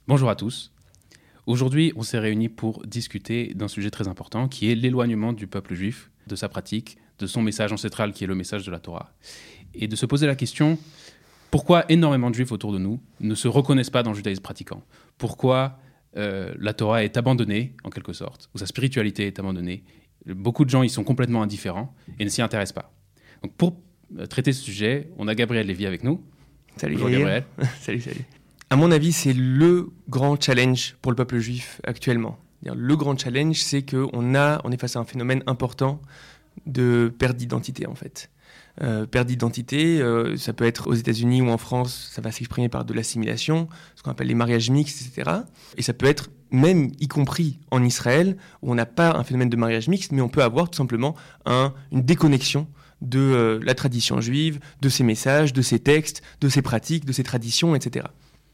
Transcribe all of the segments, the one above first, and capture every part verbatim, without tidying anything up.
Bonjour à tous. Aujourd'hui, on s'est réunis pour discuter d'un sujet très important qui est l'éloignement du peuple juif, de sa pratique, de son message ancestral qui est le message de la Torah. Et de se poser la question, pourquoi énormément de juifs autour de nous ne se reconnaissent pas dans le judaïsme pratiquant ? Pourquoi euh, la Torah est abandonnée, en quelque sorte, ou sa spiritualité est abandonnée ? Beaucoup de gens y sont complètement indifférents et ne s'y intéressent pas. Donc pour euh, traiter ce sujet, on a Gabriel Lévy avec nous. Salut Bonjour Gabriel. salut, salut. À mon avis, c'est le grand challenge pour le peuple juif actuellement. Le grand challenge, c'est qu'on a, on est face à un phénomène important de perte d'identité, en fait. Euh, perte d'identité, euh, ça peut être aux États-Unis ou en France, ça va s'exprimer par de l'assimilation, ce qu'on appelle les mariages mixtes, et cetera. Et ça peut être même, y compris en Israël, où on n'a pas un phénomène de mariage mixte, mais on peut avoir tout simplement un, une déconnexion de euh, la tradition juive, de ses messages, de ses textes, de ses pratiques, de ses traditions, et cetera.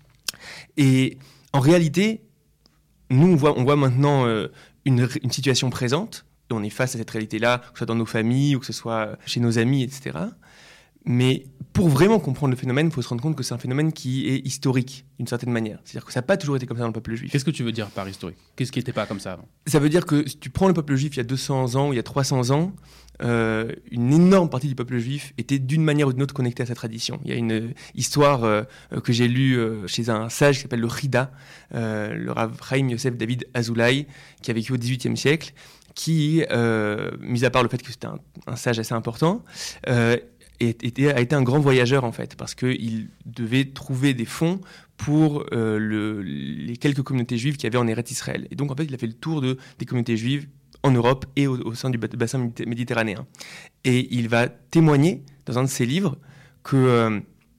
Et en réalité, nous, on voit, on voit maintenant euh, une, une situation présente, et on est face à cette réalité-là, que ce soit dans nos familles, ou que ce soit chez nos amis, et cetera. Mais pour vraiment comprendre le phénomène, il faut se rendre compte que c'est un phénomène qui est historique, d'une certaine manière. C'est-à-dire que ça n'a pas toujours été comme ça dans le peuple juif. Qu'est-ce que tu veux dire par historique ? Qu'est-ce qui n'était pas comme ça avant ? Ça veut dire que si tu prends le peuple juif il y a deux cents ans ou il y a trois cents ans, euh, une énorme partie du peuple juif était d'une manière ou d'une autre connectée à sa tradition. Il y a une histoire euh, que j'ai lue euh, chez un sage qui s'appelle le Chida, euh, le Rav Chaim Yosef David Azoulay, qui a vécu au dix-huitième siècle, qui, euh, mis à part le fait que c'était un, un sage assez important, euh, Était, a été un grand voyageur en fait, parce qu'il devait trouver des fonds pour euh, le, les quelques communautés juives qu'il y avait en Eretz Israël. Et donc en fait, il a fait le tour de, des communautés juives en Europe et au, au sein du bassin méditerranéen. Et il va témoigner dans un de ses livres que euh,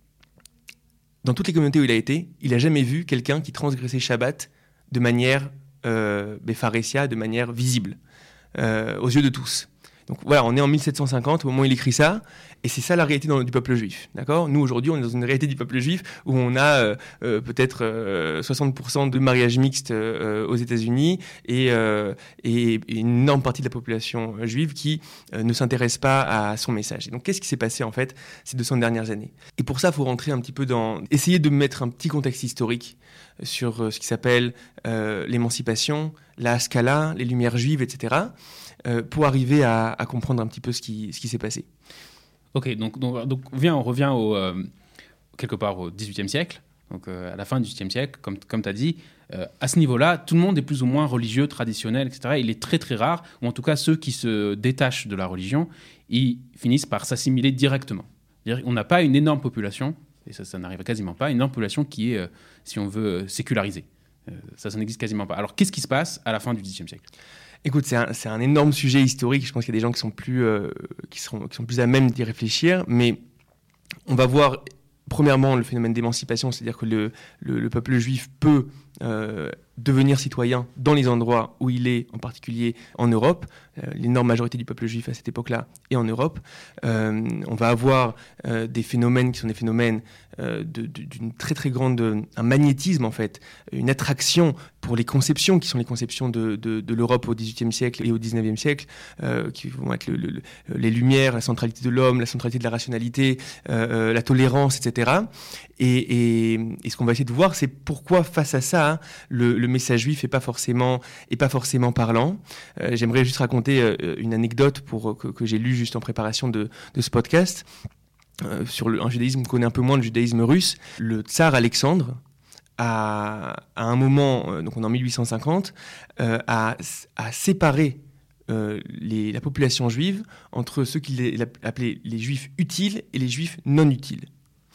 dans toutes les communautés où il a été, il n'a jamais vu quelqu'un qui transgressait Shabbat de manière euh, bépharésia, de manière visible, euh, aux yeux de tous. Donc voilà, on est en mille sept cent cinquante au moment où il écrit ça, et c'est ça la réalité dans, du peuple juif, d'accord ? Nous aujourd'hui, on est dans une réalité du peuple juif où on a euh, euh, peut-être euh, soixante pour cent de mariages mixtes euh, aux États-Unis et, euh, et une énorme partie de la population juive qui euh, ne s'intéresse pas à son message. Et donc qu'est-ce qui s'est passé en fait ces deux cents dernières années ? Et pour ça, il faut rentrer un petit peu dans, essayer de mettre un petit contexte historique sur euh, ce qui s'appelle euh, l'émancipation, la Haskalah, les Lumières juives, et cetera. Euh, pour arriver à, à comprendre un petit peu ce qui, ce qui s'est passé. Ok, donc, donc, donc viens, on revient au, euh, quelque part au dix-huitième siècle, donc euh, à la fin du dix-huitième siècle, comme, comme tu as dit. Euh, à ce niveau-là, tout le monde est plus ou moins religieux, traditionnel, et cetera. Il est très très rare, ou en tout cas ceux qui se détachent de la religion, ils finissent par s'assimiler directement. C'est-à-dire, on n'a pas une énorme population, et ça, ça n'arrive quasiment pas, une énorme population qui est, euh, si on veut, sécularisée. Euh, ça, ça n'existe quasiment pas. Alors, qu'est-ce qui se passe à la fin du dix-huitième siècle ? Écoute, c'est un, c'est un énorme sujet historique. Je pense qu'il y a des gens qui sont plus, euh, qui seront, qui sont plus à même d'y réfléchir. Mais on va voir, premièrement, le phénomène d'émancipation, c'est-à-dire que le, le, le peuple juif peut euh, devenir citoyen dans les endroits où il est, en particulier en Europe. Euh, l'énorme majorité du peuple juif à cette époque-là est en Europe. Euh, on va avoir euh, des phénomènes qui sont des phénomènes euh, de, de, d'une très très grande, un magnétisme en fait, une attraction pour les conceptions qui sont les conceptions de, de, de l'Europe au dix-huitième siècle et au dix-neuvième siècle, euh, qui vont être le, le, le, les Lumières, la centralité de l'homme, la centralité de la rationalité, euh, la tolérance, et cetera. Et, et, et ce qu'on va essayer de voir, c'est pourquoi face à ça, hein, le, le message juif n'est pas forcément, est pas forcément parlant. Euh, j'aimerais juste raconter euh, une anecdote pour, que, que j'ai lue juste en préparation de, de ce podcast. Euh, sur le, un judaïsme qu'on connaît un peu moins, le judaïsme russe. Le tsar Alexandre, à, à un moment, euh, donc on est en mille huit cent cinquante, euh, a, a séparé euh, les, la population juive entre ceux qu'il appelait les juifs utiles et les juifs non utiles.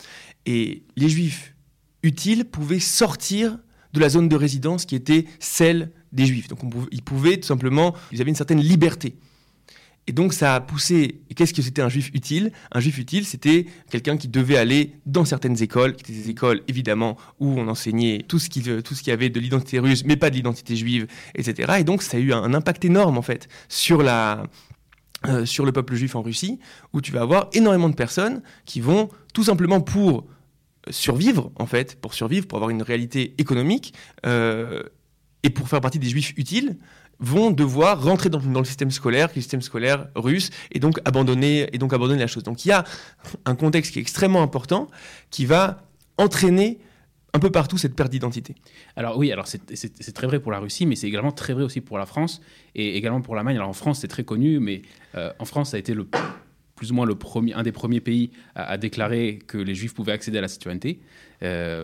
Et les juifs utiles pouvaient sortir de la zone de résidence qui était celle des juifs. Donc on pouvait, ils pouvaient tout simplement, ils avaient une certaine liberté. Et donc ça a poussé, et qu'est-ce que c'était un juif utile ? Un juif utile, c'était quelqu'un qui devait aller dans certaines écoles, qui étaient des écoles évidemment où on enseignait tout ce qui, tout ce qui avait de l'identité russe, mais pas de l'identité juive, et cetera. Et donc ça a eu un, un impact énorme en fait sur, la, euh, sur le peuple juif en Russie, où tu vas avoir énormément de personnes qui vont tout simplement pour survivre en fait, pour survivre, pour avoir une réalité économique, euh, et pour faire partie des juifs utiles, vont devoir rentrer dans, dans le système scolaire, qui est le système scolaire russe, et donc abandonner, et donc abandonner la chose. Donc il y a un contexte qui est extrêmement important, qui va entraîner un peu partout cette perte d'identité. Alors oui, alors c'est, c'est, c'est très vrai pour la Russie, mais c'est également très vrai aussi pour la France et également pour l'Allemagne. Alors en France, c'est très connu, mais euh, en France, ça a été le, plus ou moins le premier, un des premiers pays à, à déclarer que les Juifs pouvaient accéder à la citoyenneté. Euh,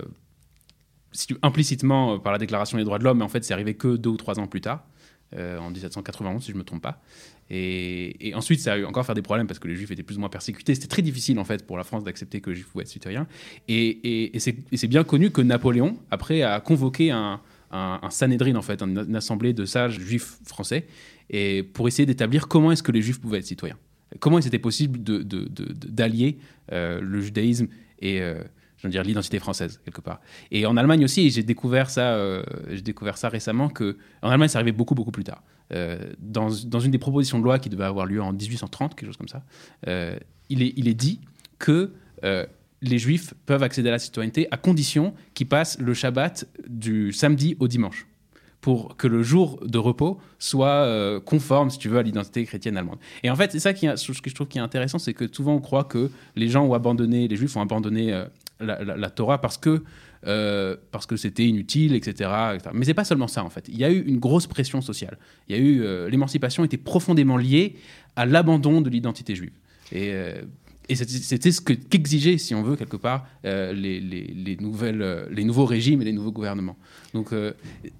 implicitement par la Déclaration des droits de l'homme, mais en fait, c'est arrivé que deux ou trois ans plus tard, euh, en dix-sept cent quatre-vingt-onze, si je ne me trompe pas. Et, et ensuite, ça a eu encore faire des problèmes parce que les Juifs étaient plus ou moins persécutés. C'était très difficile, en fait, pour la France d'accepter que les Juifs pouvaient être citoyens. Et, et, et, c'est, et c'est bien connu que Napoléon, après, a convoqué un, un, un Sanhédrin, en fait, une, une assemblée de sages juifs français, et pour essayer d'établir comment est-ce que les Juifs pouvaient être citoyens. Comment c'était possible de, de, de, de, d'allier euh, le judaïsme et... Euh, je veux dire l'identité française quelque part. Et en Allemagne aussi, j'ai découvert ça, euh, j'ai découvert ça récemment que en Allemagne, ça arrivait beaucoup beaucoup plus tard. Euh, dans, dans une des propositions de loi qui devait avoir lieu en dix-huit cent trente, quelque chose comme ça, euh, il est il est dit que euh, les Juifs peuvent accéder à la citoyenneté à condition qu'ils passent le Shabbat du samedi au dimanche, pour que le jour de repos soit euh, conforme, si tu veux, à l'identité chrétienne allemande. Et en fait, c'est ça qui est, ce que je trouve qui est intéressant, c'est que souvent on croit que les gens ont abandonné, les Juifs ont abandonné euh, la, la, la Torah parce que, euh, parce que c'était inutile, et cetera, et cetera. Mais c'est pas seulement ça, en fait. Il y a eu une grosse pression sociale. Il y a eu, euh, l'émancipation était profondément liée à l'abandon de l'identité juive. Et, euh, et c'était, c'était ce que, qu'exigeaient, si on veut, quelque part, euh, les, les, les, nouvelles, euh, les nouveaux régimes et les nouveaux gouvernements. Donc, euh,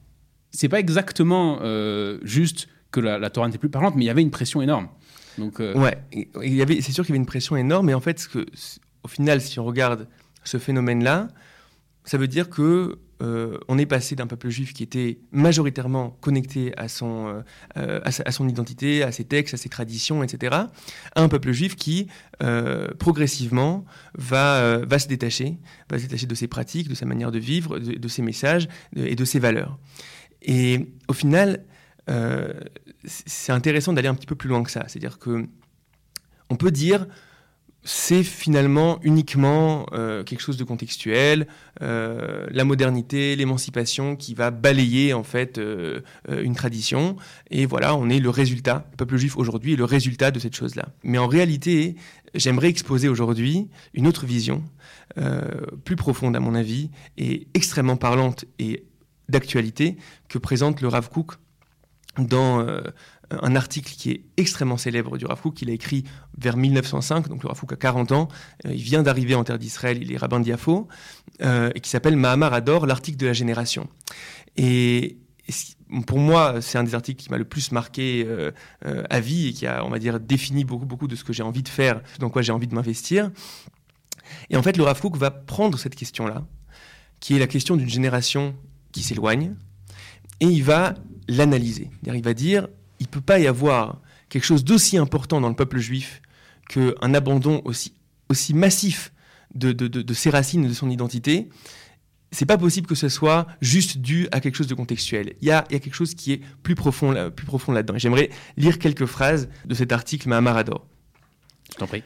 c'est pas exactement euh, juste que la, la Torah n'était plus parlante, mais il y avait une pression énorme. Donc, euh... Ouais, il y avait, c'est sûr qu'il y avait une pression énorme, et en fait, ce que, au final, si on regarde ce phénomène-là, ça veut dire que euh, on est passé d'un peuple juif qui était majoritairement connecté à son, euh, à, sa, à son identité, à ses textes, à ses traditions, et cetera, à un peuple juif qui, euh, progressivement, va, euh, va se détacher, va se détacher de ses pratiques, de sa manière de vivre, de, de ses messages de, et de ses valeurs. Et au final, euh, c'est intéressant d'aller un petit peu plus loin que ça. C'est-à-dire que on peut dire c'est finalement uniquement euh, quelque chose de contextuel, euh, la modernité, l'émancipation qui va balayer en fait euh, euh, une tradition. Et voilà, on est le résultat, le peuple juif aujourd'hui est le résultat de cette chose-là. Mais en réalité, j'aimerais exposer aujourd'hui une autre vision, euh, plus profonde à mon avis, et extrêmement parlante et d'actualité que présente le Rav Kook dans euh, un article qui est extrêmement célèbre du Rav Kook qu'il a écrit vers mille neuf cent cinq, donc le Rav Kook a quarante ans, euh, il vient d'arriver en terre d'Israël, il est rabbin de Yafo, euh, et qui s'appelle Mahamar Ador, l'article de la génération. Et, et pour moi, c'est un des articles qui m'a le plus marqué euh, euh, à vie et qui a, on va dire, défini beaucoup, beaucoup de ce que j'ai envie de faire, dans quoi j'ai envie de m'investir. Et en fait, le Rav Kook va prendre cette question-là, qui est la question d'une génération qui s'éloigne, et il va l'analyser. Il va dire, il ne peut pas y avoir quelque chose d'aussi important dans le peuple juif qu'un abandon aussi, aussi massif de, de, de, de ses racines et de son identité. C'est pas possible que ce soit juste dû à quelque chose de contextuel. Il y a, il y a quelque chose qui est plus profond, là, plus profond là-dedans. Et j'aimerais lire quelques phrases de cet article Mahamar Ador. Je t'en prie.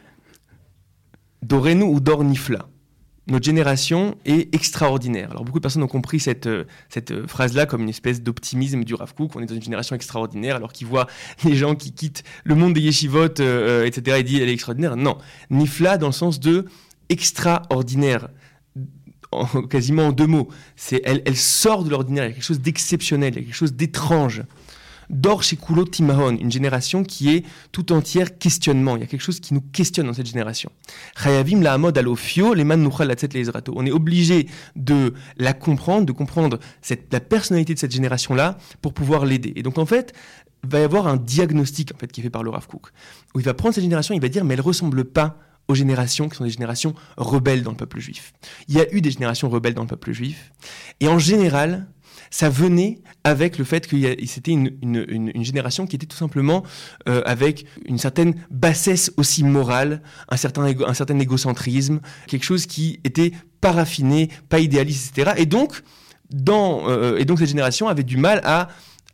Dorenu ou Dor Nifla. Notre génération est extraordinaire. Alors beaucoup de personnes ont compris cette, euh, cette euh, phrase-là comme une espèce d'optimisme du Rav Kook. On est dans une génération extraordinaire alors qu'ils voient les gens qui quittent le monde des yeshivot, euh, et cetera et disent elle est extraordinaire. Non, Nifla dans le sens de extraordinaire, en, quasiment en deux mots. C'est, elle, elle sort de l'ordinaire, il y a quelque chose d'exceptionnel, il y a quelque chose d'étrange. Dor chez Kulo Timahon, une génération qui est tout entière questionnement. Il y a quelque chose qui nous questionne dans cette génération. Chayavim la hamod alofio, les man nuchal latzet leizrato. On est obligé de la comprendre, de comprendre cette, la personnalité de cette génération-là pour pouvoir l'aider. Et donc en fait, il va y avoir un diagnostic en fait, qui est fait par le Rav Kook, où il va prendre cette génération, il va dire mais elle ne ressemble pas aux générations qui sont des générations rebelles dans le peuple juif. Il y a eu des générations rebelles dans le peuple juif, et en général, ça venait avec le fait que c'était une, une, une, une génération qui était tout simplement euh, avec une certaine bassesse aussi morale, un certain, égo, un certain égocentrisme, quelque chose qui était pas raffiné, pas idéaliste, et cetera. Et donc, dans, euh, et donc cette génération avait du mal à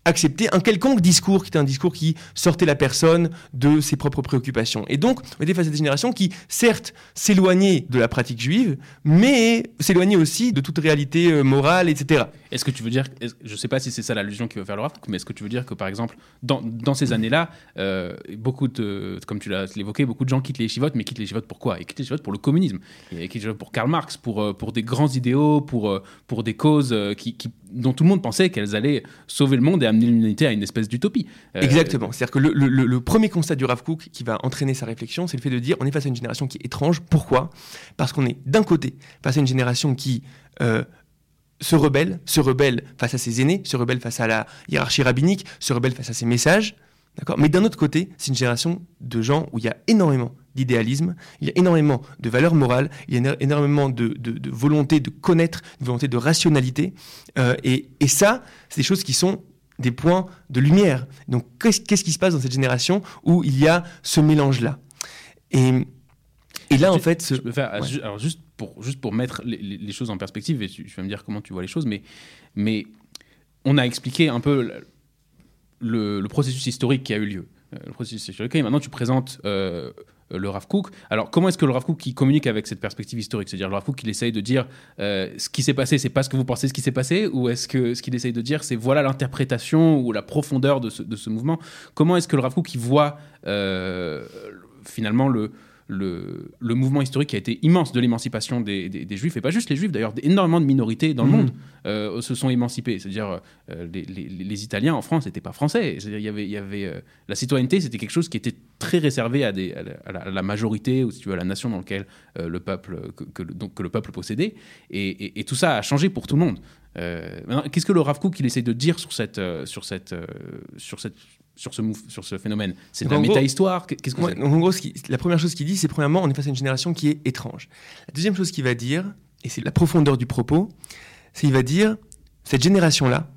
accepter un quelconque discours qui était un discours qui sortait la personne de ses propres préoccupations. Et donc, on était face à des générations qui, certes, s'éloignaient de la pratique juive, mais s'éloignaient aussi de toute réalité euh, morale, et cetera. Est-ce que tu veux dire, je ne sais pas si c'est ça l'allusion qui veut faire le Rav Kook, mais est-ce que tu veux dire que, par exemple, dans, dans ces années-là, euh, beaucoup de, comme tu l'as évoqué, beaucoup de gens quittent les yeshivot, mais quittent les yeshivot pour Ils quittent les yeshivot pour le communisme, ils quittent les yeshivot pour Karl Marx, pour, pour des grands idéaux, pour, pour des causes qui, qui, dont tout le monde pensait qu'elles allaient sauver le monde et amener l'humanité à une espèce d'utopie. Euh, Exactement. C'est-à-dire que le, le, le premier constat du Rav Kook qui va entraîner sa réflexion, c'est le fait de dire on est face à une génération qui est étrange. Pourquoi ? Parce qu'on est d'un côté face à une génération qui euh, se rebelle, se rebelle face à ses aînés, se rebelle face à la hiérarchie rabbinique, se rebelle face à ses messages. D'accord ? Mais d'un autre côté, c'est une génération de gens où il y a énormément d'idéalisme, il y a énormément de valeurs morales, il y a énormément de, de, de volonté de connaître, de volonté de rationalité. Euh, et, et ça, c'est des choses qui sont des points de lumière. Donc, qu'est-ce, qu'est-ce qui se passe dans cette génération où il y a ce mélange-là ? Et, et là, je, en fait... Ce... Je peux faire, ouais. Alors, juste pour, juste pour mettre les, les choses en perspective, et tu, tu vas me dire comment tu vois les choses, mais, mais on a expliqué un peu le, le, le processus historique qui a eu lieu. Le processus historique, et maintenant tu présentes... Euh, le Rav Kook. Alors, comment est-ce que le Rav Kook qui communique avec cette perspective historique ? C'est-à-dire, le Rav Kook, il essaye de dire euh, ce qui s'est passé, c'est pas ce que vous pensez ce qui s'est passé, ou est-ce que ce qu'il essaye de dire, c'est voilà l'interprétation ou la profondeur de ce, de ce mouvement ? Comment est-ce que le Rav Kook, il voit euh, finalement le, le, le mouvement historique qui a été immense de l'émancipation des, des, des Juifs, et pas juste les Juifs, d'ailleurs, énormément de minorités dans le mmh. monde euh, se sont émancipées. C'est-à-dire, euh, les, les, les Italiens en France n'étaient pas français. C'est-à-dire, il y avait, il y avait euh, la citoyenneté, c'était quelque chose qui était très réservé à, des, à, la, à, la, à la majorité, ou si tu veux, à la nation dans laquelle euh, le peuple, que, que, donc, que le peuple possédait. Et, et, et tout ça a changé pour tout le monde. Euh, maintenant, qu'est-ce que le Rav Kook il essaie de dire sur, cette, euh, sur, cette, euh, sur, cette, sur, ce, sur ce phénomène ? C'est de la méta-histoire ? Qu'est-ce qu'on ouais, donc en gros, ce qui, la première chose qu'il dit, c'est premièrement, on est face à une génération qui est étrange. La deuxième chose qu'il va dire, et c'est la profondeur du propos, c'est qu'il va dire, cette génération-là,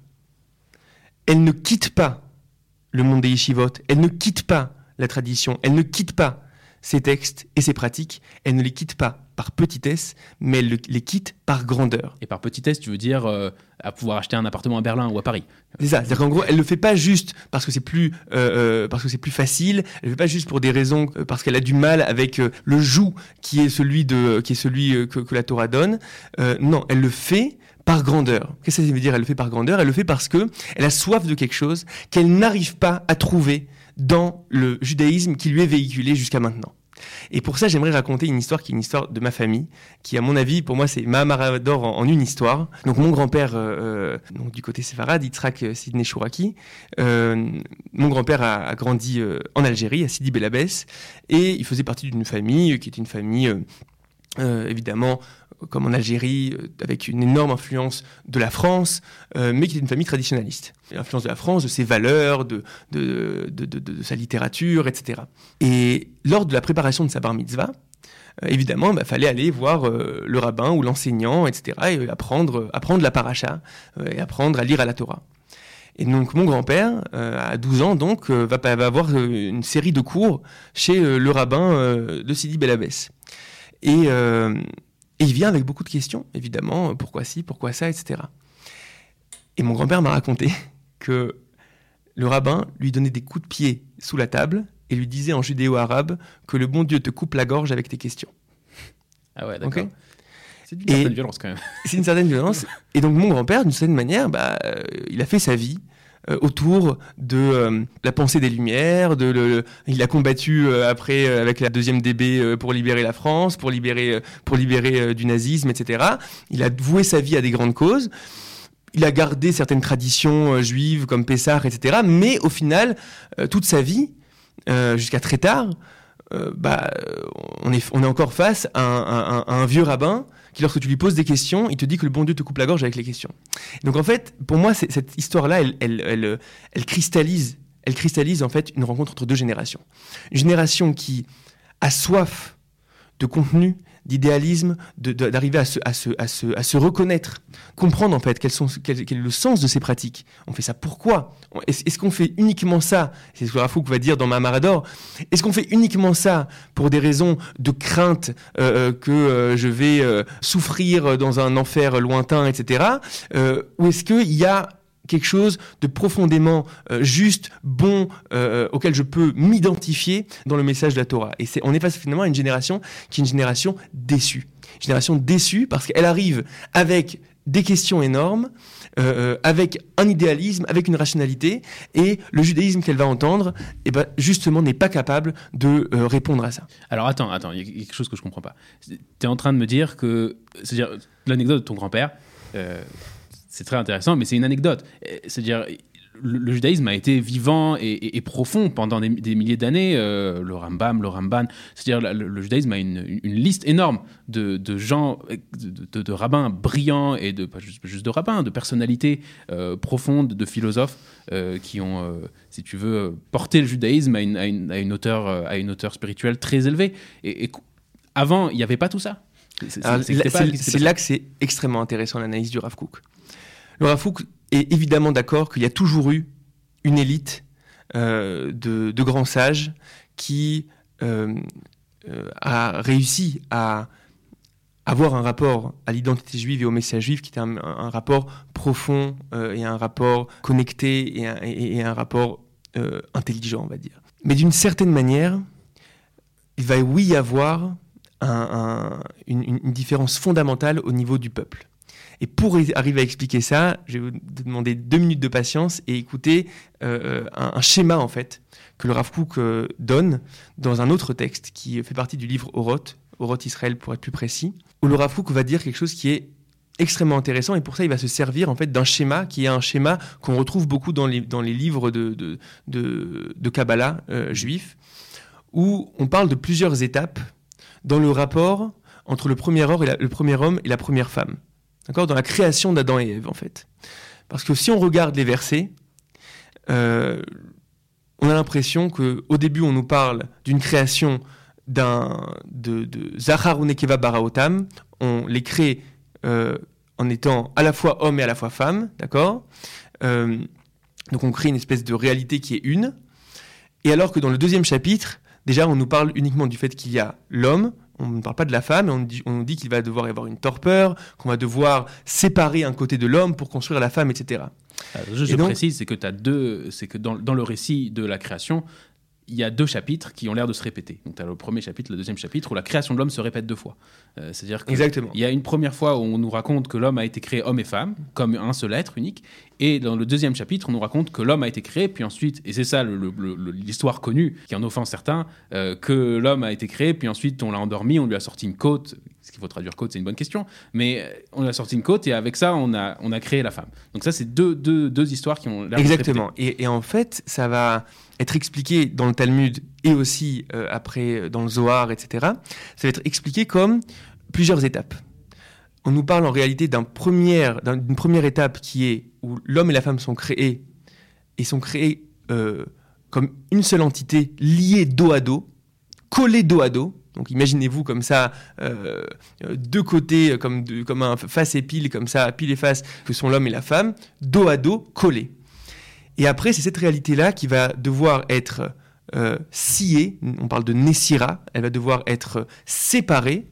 elle ne quitte pas le monde des yeshivot, elle ne quitte pas la tradition, elle ne quitte pas ses textes et ses pratiques, elle ne les quitte pas par petitesse, mais elle le, les quitte par grandeur. Et par petitesse, tu veux dire euh, à pouvoir acheter un appartement à Berlin ou à Paris ? C'est ça, c'est-à-dire qu'en gros, elle le fait pas juste parce que c'est plus, euh, parce que c'est plus facile, elle le fait pas juste pour des raisons, euh, parce qu'elle a du mal avec euh, le joug qui est celui, de, qui est celui euh, que, que la Torah donne. Euh, non, elle le fait par grandeur. Qu'est-ce que ça veut dire ? Elle le fait par grandeur, elle le fait parce que elle a soif de quelque chose qu'elle n'arrive pas à trouver dans le judaïsme qui lui est véhiculé jusqu'à maintenant. Et pour ça, j'aimerais raconter une histoire qui est une histoire de ma famille, qui, à mon avis, pour moi, c'est Mahamar-d'or en, en une histoire. Donc, mon grand-père, euh, donc, du côté séfarade, Yitzhak Sidney Chouraki, euh, mon grand-père a, a grandi euh, en Algérie, à Sidi Bel Abbès, et il faisait partie d'une famille qui était une famille, euh, euh, évidemment, comme en Algérie, euh, avec une énorme influence de la France, euh, mais qui était une famille traditionnaliste. L'influence de la France, de ses valeurs, de, de, de, de, de, de sa littérature, et cetera. Et lors de la préparation de sa bar mitzvah, euh, évidemment, il bah, fallait aller voir euh, le rabbin ou l'enseignant, et cetera, et apprendre, apprendre la paracha, euh, et apprendre à lire à la Torah. Et donc, mon grand-père, euh, à douze ans, donc, euh, va, va avoir euh, une série de cours chez euh, le rabbin euh, de Sidi Bel Abbès. Et... Euh, Et il vient avec beaucoup de questions, évidemment, pourquoi ci, pourquoi ça, et cetera. Et mon grand-père m'a raconté que le rabbin lui donnait des coups de pied sous la table et lui disait en judéo-arabe que le bon Dieu te coupe la gorge avec tes questions. Ah ouais, d'accord. Okay. C'est d'une et certaine violence quand même. C'est une certaine violence. Et donc mon grand-père, d'une certaine manière, bah, euh, il a fait sa vie euh, autour de euh, la pensée des Lumières. De le, le, il a combattu euh, après euh, avec la deuxième D B euh, pour libérer la France, pour libérer, euh, pour libérer euh, du nazisme, et cetera. Il a voué sa vie à des grandes causes. Il a gardé certaines traditions euh, juives comme Pessah, et cetera. Mais au final, euh, toute sa vie, euh, jusqu'à très tard, euh, bah, on est, on est encore face à un, à, un, à un vieux rabbin qui, lorsque tu lui poses des questions, il te dit que le bon Dieu te coupe la gorge avec les questions. Donc en fait, pour moi, c'est, cette histoire-là, elle, elle, elle, elle cristallise, elle cristallise en fait une rencontre entre deux générations. Une génération qui a soif de contenu, d'idéalisme, de, de, d'arriver à se, à, se, à, se, à se reconnaître, comprendre en fait quels sont, quel, quel est le sens de ces pratiques. On fait ça pourquoi ? Est-ce, est-ce qu'on fait uniquement ça ? C'est ce que Rav Kook va dire dans Mahamar-d'or. Est-ce qu'on fait uniquement ça pour des raisons de crainte euh, que euh, je vais euh, souffrir dans un enfer lointain, et cetera. Euh, ou est-ce qu'il y a quelque chose de profondément euh, juste, bon, euh, auquel je peux m'identifier dans le message de la Torah. Et c'est, on est face finalement à une génération qui est une génération déçue. Une génération déçue parce qu'elle arrive avec des questions énormes, euh, avec un idéalisme, avec une rationalité, et le judaïsme qu'elle va entendre, eh ben, justement, n'est pas capable de euh, répondre à ça. Alors attends, attends, il y a quelque chose que je comprends pas. Tu es en train de me dire que, c'est-à-dire, l'anecdote de ton grand-père, euh, c'est très intéressant, mais c'est une anecdote. C'est-à-dire, le, le judaïsme a été vivant et, et, et profond pendant des, des milliers d'années. Euh, le Rambam, le Ramban. C'est-à-dire, le, le judaïsme a une, une, une liste énorme de, de gens, de, de, de rabbins brillants et de pas juste, juste de rabbins, de personnalités euh, profondes, de philosophes euh, qui ont, euh, si tu veux, porté le judaïsme à une, à une, à une hauteur, à une hauteur spirituelle très élevée. Et, et avant, il n'y avait pas tout ça. C'est, Alors, c'est, c'est, pas, c'est, c'est là que c'est extrêmement intéressant l'analyse du Rav Kook. Le Rav Kook est évidemment d'accord qu'il y a toujours eu une élite euh, de, de grands sages qui euh, euh, a réussi à avoir un rapport à l'identité juive et au message juif qui était un, un rapport profond euh, et un rapport connecté et un, et, et un rapport euh, intelligent, on va dire. Mais d'une certaine manière, il va oui y avoir un, un, une, une différence fondamentale au niveau du peuple. Et pour arriver à expliquer ça, je vais vous demander deux minutes de patience et écouter euh, un, un schéma en fait que le Rav Kook euh, donne dans un autre texte qui fait partie du livre Oroth, Oroth Israël pour être plus précis, où le Rav Kook va dire quelque chose qui est extrêmement intéressant et pour ça il va se servir en fait d'un schéma qui est un schéma qu'on retrouve beaucoup dans les, dans les livres de, de, de, de Kabbalah euh, juifs, où on parle de plusieurs étapes dans le rapport entre le premier homme et la, le premier homme et la première femme. D'accord, dans la création d'Adam et Ève, en fait. Parce que si on regarde les versets, euh, on a l'impression qu'au début, on nous parle d'une création d'un, de, de Zachar ou Nekeva Baraotam. On les crée euh, en étant à la fois homme et à la fois femme, d'accord euh, Donc on crée une espèce de réalité qui est une. Et alors que dans le deuxième chapitre, déjà, on nous parle uniquement du fait qu'il y a l'homme. On ne parle pas de la femme, et on, dit, on nous dit qu'il va devoir y avoir une torpeur, qu'on va devoir séparer un côté de l'homme pour construire la femme, et cetera. Alors, je, je donc, précise, c'est que, t'as deux, c'est que dans, dans le récit de la création, il y a deux chapitres qui ont l'air de se répéter. Donc tu as le premier chapitre, le deuxième chapitre, où la création de l'homme se répète deux fois. Euh, c'est-à-dire qu'il y a une première fois où on nous raconte que l'homme a été créé homme et femme, comme un seul être unique. Et dans le deuxième chapitre, on nous raconte que l'homme a été créé, puis ensuite, et c'est ça le, le, le, l'histoire connue, qui en offense certains, euh, que l'homme a été créé, puis ensuite on l'a endormi, on lui a sorti une côte. Ce qu'il faut traduire côte, c'est une bonne question. Mais on lui a sorti une côte, et avec ça, on a, on a créé la femme. Donc ça, c'est deux, deux, deux histoires qui ont l'air de se répéter. Exactement. Et, et en fait, ça va être expliqué dans le Talmud et aussi euh, après dans le Zohar, et cetera. Ça va être expliqué comme plusieurs étapes. On nous parle en réalité d'un première, d'un, d'une première étape qui est où l'homme et la femme sont créés et sont créés euh, comme une seule entité liée dos à dos, collée dos à dos. Donc imaginez-vous comme ça, euh, deux côtés, comme, de, comme un face et pile, comme ça, pile et face, que sont l'homme et la femme, dos à dos, collés. Et après, c'est cette réalité-là qui va devoir être euh, sciée, on parle de Nessira, elle va devoir être séparée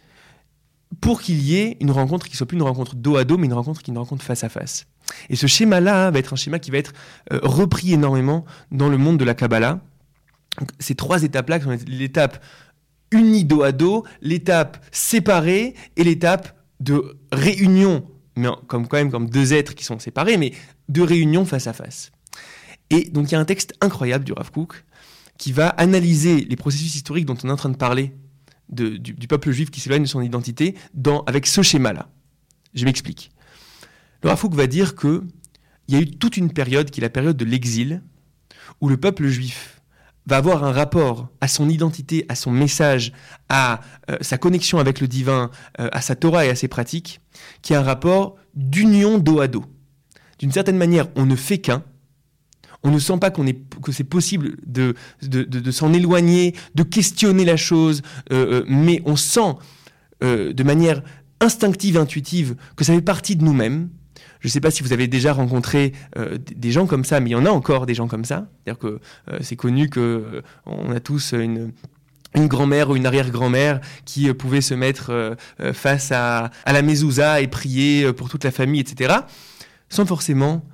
pour qu'il y ait une rencontre qui ne soit plus une rencontre dos à dos, mais une rencontre qui est une rencontre face à face. Et ce schéma-là va être un schéma qui va être euh, repris énormément dans le monde de la Kabbalah. Donc, ces trois étapes-là, qui sont l'étape unie dos à dos, l'étape séparée et l'étape de réunion, mais comme, quand même comme deux êtres qui sont séparés, mais de réunion face à face. Et donc il y a un texte incroyable du Rav Kook qui va analyser les processus historiques dont on est en train de parler, de, du, du peuple juif qui s'éloigne de son identité, dans, avec ce schéma-là. Je m'explique. Le Rav Kook va dire qu'il y a eu toute une période qui est la période de l'exil, où le peuple juif va avoir un rapport à son identité, à son message, à euh, sa connexion avec le divin, euh, à sa Torah et à ses pratiques, qui est un rapport d'union dos à dos. D'une certaine manière, on ne fait qu'un. On ne sent pas qu'on est, que c'est possible de, de, de, de s'en éloigner, de questionner la chose, euh, euh, mais on sent euh, de manière instinctive, intuitive, que ça fait partie de nous-mêmes. Je ne sais pas si vous avez déjà rencontré euh, des gens comme ça, mais il y en a encore des gens comme ça. C'est-à-dire que euh, c'est connu qu'on euh, a tous une, une grand-mère ou une arrière-grand-mère qui euh, pouvait se mettre euh, face à, à la mezouza et prier pour toute la famille, et cetera, sans forcément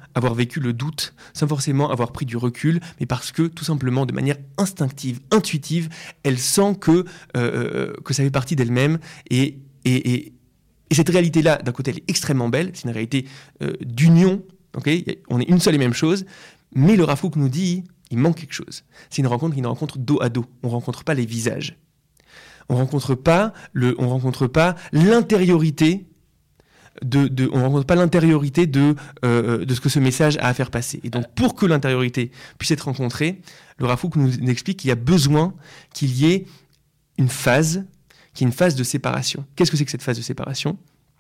avoir vécu le doute, sans forcément avoir pris du recul, mais parce que, tout simplement, de manière instinctive, intuitive, elle sent que, euh, que ça fait partie d'elle-même. Et, et, et, et cette réalité-là, d'un côté, elle est extrêmement belle. C'est une réalité euh, d'union. Okay, on est une seule et même chose. Mais le Rav Kook nous dit, il manque quelque chose. C'est une rencontre qui est une rencontre dos à dos. On ne rencontre pas les visages. On ne rencontre pas, le, on rencontre pas l'intériorité De, de, on ne rencontre pas l'intériorité de, euh, de ce que ce message a à faire passer. Et donc, pour que l'intériorité puisse être rencontrée, le Rav Kook nous explique qu'il y a besoin qu'il y ait une phase, qui est une phase de séparation. Qu'est-ce que c'est que cette phase de séparation ?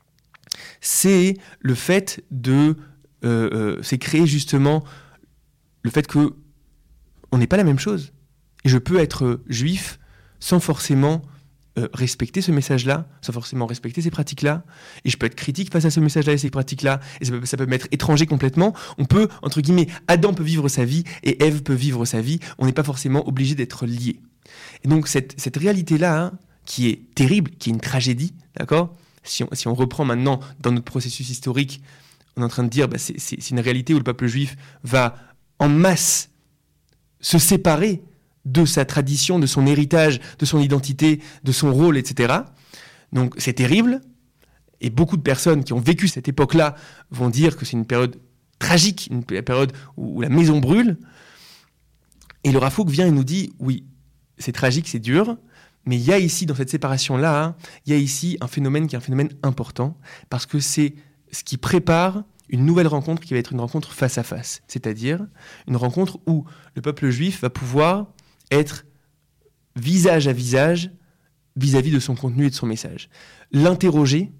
C'est le fait de... Euh, euh, c'est créer justement le fait que on n'est pas la même chose. Et je peux être juif sans forcément... Euh, respecter ce message-là, sans forcément respecter ces pratiques-là, et je peux être critique face à ce message-là et ces pratiques-là, et ça peut, ça peut m'être étranger complètement. On peut, entre guillemets, Adam peut vivre sa vie et Ève peut vivre sa vie, on n'est pas forcément obligé d'être liés. Et donc cette, cette réalité-là, hein, qui est terrible, qui est une tragédie, d'accord ? Si on, si on reprend maintenant dans notre processus historique, on est en train de dire, bah, c'est, c'est, c'est une réalité où le peuple juif va en masse se séparer de sa tradition, de son héritage, de son identité, de son rôle, et cetera. Donc c'est terrible, et beaucoup de personnes qui ont vécu cette époque-là vont dire que c'est une période tragique, une période où la maison brûle. Et le Rav Kook vient et nous dit, oui, c'est tragique, c'est dur, mais il y a ici, dans cette séparation-là, hein, il y a ici un phénomène qui est un phénomène important, parce que c'est ce qui prépare une nouvelle rencontre qui va être une rencontre face à face, c'est-à-dire une rencontre où le peuple juif va pouvoir être visage à visage vis-à-vis de son contenu et de son message. L'interroger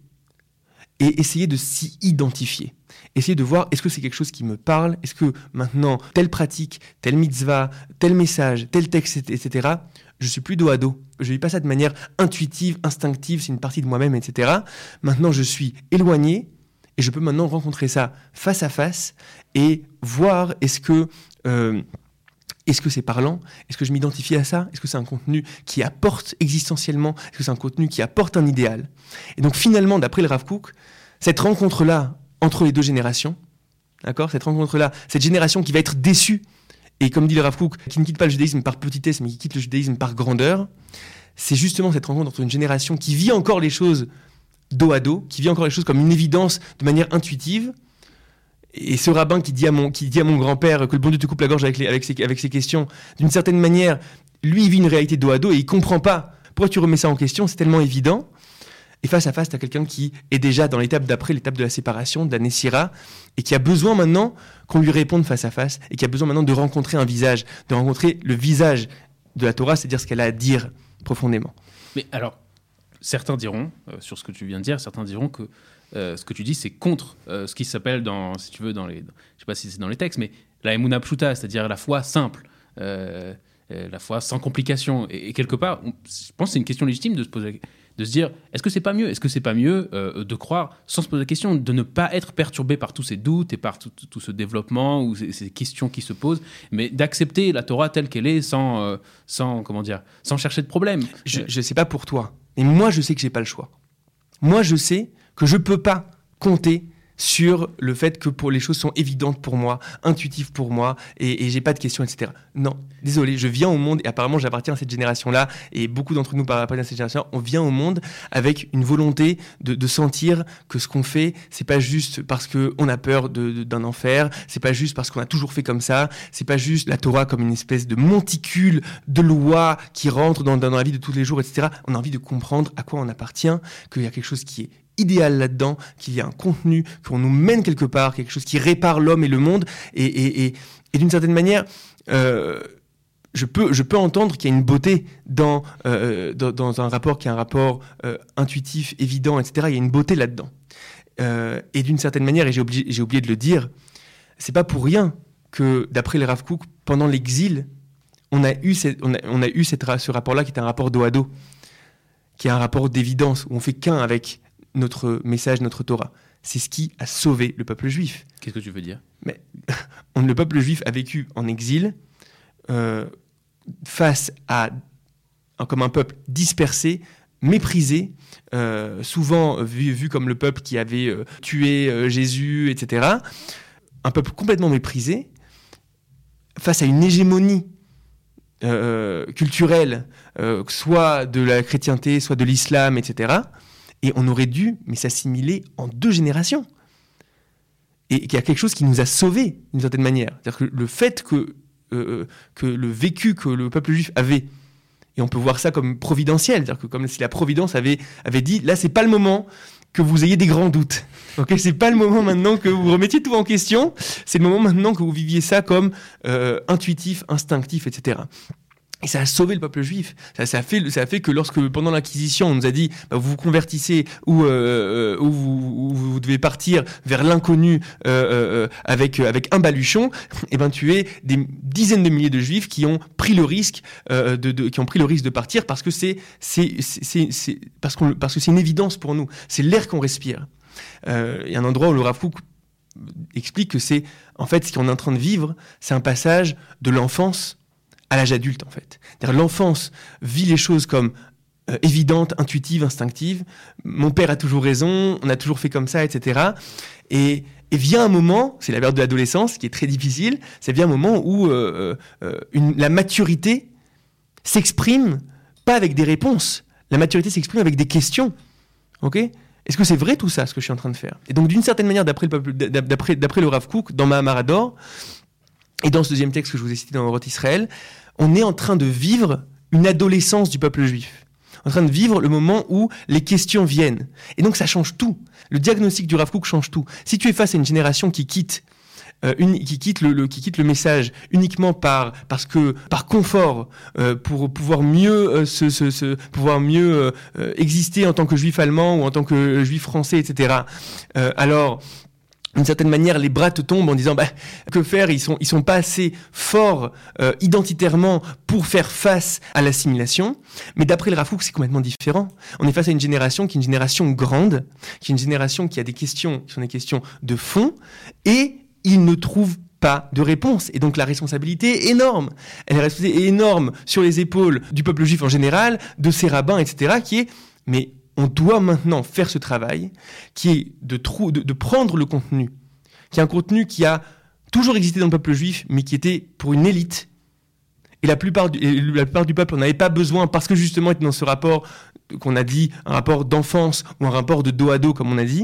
et essayer de s'y identifier. Essayer de voir, est-ce que c'est quelque chose qui me parle ? Est-ce que maintenant, telle pratique, telle mitzvah, tel message, tel texte, et cetera, je suis plus dos à dos. Je ne vis pas ça de manière intuitive, instinctive, c'est une partie de moi-même, et cetera. Maintenant, je suis éloigné et je peux maintenant rencontrer ça face à face et voir, est-ce que... Euh, Est-ce que c'est parlant ? Est-ce que je m'identifie à ça ? Est-ce que c'est un contenu qui apporte existentiellement ? Est-ce que c'est un contenu qui apporte un idéal ? Et donc finalement, d'après le Rav Kook, cette rencontre-là entre les deux générations, d'accord ? Cette rencontre-là, cette génération qui va être déçue, et comme dit le Rav Kook, qui ne quitte pas le judaïsme par petitesse, mais qui quitte le judaïsme par grandeur, c'est justement cette rencontre entre une génération qui vit encore les choses dos à dos, qui vit encore les choses comme une évidence de manière intuitive. Et ce rabbin qui dit à mon, qui dit à mon grand-père que le bon Dieu te coupe la gorge avec, les, avec, ses, avec ses questions, d'une certaine manière, lui, il vit une réalité dos à dos et il ne comprend pas pourquoi tu remets ça en question, c'est tellement évident. Et face à face, tu as quelqu'un qui est déjà dans l'étape d'après, l'étape de la séparation, de la Nessira, et qui a besoin maintenant qu'on lui réponde face à face, et qui a besoin maintenant de rencontrer un visage, de rencontrer le visage de la Torah, c'est-à-dire ce qu'elle a à dire profondément. Mais alors, certains diront, euh, sur ce que tu viens de dire, certains diront que Euh, ce que tu dis, c'est contre euh, ce qui s'appelle, dans, si tu veux, dans les, dans, je sais pas si c'est dans les textes, mais la Emunah Pshuta, c'est-à-dire la foi simple, euh, euh, la foi sans complications. Et, et quelque part, on, je pense que c'est une question légitime de se poser, de se dire, est-ce que c'est pas mieux ? Est-ce que c'est pas mieux euh, de croire sans se poser la question, de ne pas être perturbé par tous ces doutes et par tout, tout ce développement ou ces, ces questions qui se posent, mais d'accepter la Torah telle qu'elle est, sans, euh, sans comment dire, sans chercher de problème. Je ne sais pas pour toi, mais moi, je sais que j'ai pas le choix. Moi, je sais que je ne peux pas compter sur le fait que pour les choses sont évidentes pour moi, intuitives pour moi, et, et j'ai pas de questions, et cetera. Non, désolé, je viens au monde, et apparemment j'appartiens à cette génération-là, et beaucoup d'entre nous appartiennent à cette génération, on vient au monde avec une volonté de, de sentir que ce qu'on fait, c'est pas juste parce qu'on a peur de, de, d'un enfer, c'est pas juste parce qu'on a toujours fait comme ça, c'est pas juste la Torah comme une espèce de monticule de lois qui rentre dans, dans la vie de tous les jours, et cetera. On a envie de comprendre à quoi on appartient, qu'il y a quelque chose qui est idéal là-dedans, qu'il y a un contenu, qu'on nous mène quelque part, quelque chose qui répare l'homme et le monde, et, et, et, et d'une certaine manière, euh, je, peux, je peux entendre qu'il y a une beauté dans, euh, dans, dans un rapport qui est un rapport euh, intuitif, évident, et cetera. Il y a une beauté là-dedans. Euh, et d'une certaine manière, et j'ai oublié, j'ai oublié de le dire, c'est pas pour rien que, d'après les Rav Kook, pendant l'exil, on a eu, cette, on a, on a eu cette, ce rapport-là qui est un rapport dos à dos, qui est un rapport d'évidence, où on fait qu'un avec notre message, notre Torah. C'est ce qui a sauvé le peuple juif. Qu'est-ce que tu veux dire ? Mais on, le peuple juif a vécu en exil euh, face à comme un peuple dispersé, méprisé, euh, souvent vu, vu comme le peuple qui avait euh, tué euh, Jésus, et cetera. un peuple complètement méprisé, face à une hégémonie euh, culturelle, euh, soit de la chrétienté, soit de l'islam, et cetera. Et on aurait dû mais s'assimiler en deux générations. Et qu'il y a quelque chose qui nous a sauvés, d'une certaine manière. C'est-à-dire que le fait que, euh, que le vécu que le peuple juif avait, et on peut voir ça comme providentiel, c'est-à-dire que comme si la providence avait, avait dit, là, c'est pas le moment que vous ayez des grands doutes. Okay, c'est pas le moment maintenant que vous remettiez tout en question, c'est le moment maintenant que vous viviez ça comme euh, intuitif, instinctif, et cetera. Et ça a sauvé le peuple juif. Ça, ça, a fait, ça a fait que lorsque, pendant l'Inquisition, on nous a dit bah, vous vous convertissez ou, euh, ou, vous, ou vous devez partir vers l'inconnu euh, euh, avec, avec un baluchon, et ben tu es des dizaines de milliers de juifs qui ont pris le risque, euh, de, de, qui ont pris le risque de partir parce que c'est, c'est, c'est, c'est, c'est, parce, qu'on, parce que c'est une évidence pour nous. C'est l'air qu'on respire. Euh, il y a un endroit où le Rav Kook explique que c'est, en fait, ce qu'on est en train de vivre, c'est un passage de l'enfance à l'âge adulte, en fait. C'est-à-dire, l'enfance vit les choses comme euh, évidentes, intuitives, instinctives. Mon père a toujours raison, on a toujours fait comme ça, et cetera. Et, et vient un moment, c'est la période de l'adolescence, qui est très difficile, c'est vient un moment où euh, euh, une, la maturité s'exprime pas avec des réponses. La maturité s'exprime avec des questions. Ok ? Est-ce que c'est vrai tout ça, ce que je suis en train de faire ? Et donc, d'une certaine manière, d'après le, peuple, d'après, d'après le Rav Kook, dans Mahamar Ador, et dans ce deuxième texte que je vous ai cité dans Orot Israël, on est en train de vivre une adolescence du peuple juif. En train de vivre le moment où les questions viennent. Et donc ça change tout. Le diagnostic du Rav Kook change tout. Si tu es face à une génération qui quitte, euh, une, qui quitte le, le, qui quitte le message uniquement par, parce que, par confort, euh, pour pouvoir mieux, euh, se, se, se, pouvoir mieux euh, exister en tant que juif allemand ou en tant que juif français, et cetera. Euh, alors... d'une certaine manière, les bras te tombent en disant bah, que faire ? Ils sont, ils sont pas assez forts euh, identitairement pour faire face à l'assimilation. Mais d'après le Rav Kook, c'est complètement différent. On est face à une génération qui est une génération grande, qui est une génération qui a des questions, qui sont des questions de fond, et ils ne trouvent pas de réponse. Et donc la responsabilité est énorme. Elle est responsabilité énorme sur les épaules du peuple juif en général, de ses rabbins, et cetera, qui est mais on doit maintenant faire ce travail qui est de, trou- de, de prendre le contenu, qui est un contenu qui a toujours existé dans le peuple juif, mais qui était pour une élite. Et la plupart du, et la plupart du peuple n'en avait pas besoin parce que justement, il était dans ce rapport qu'on a dit, un rapport d'enfance ou un rapport de dos à dos, comme on a dit.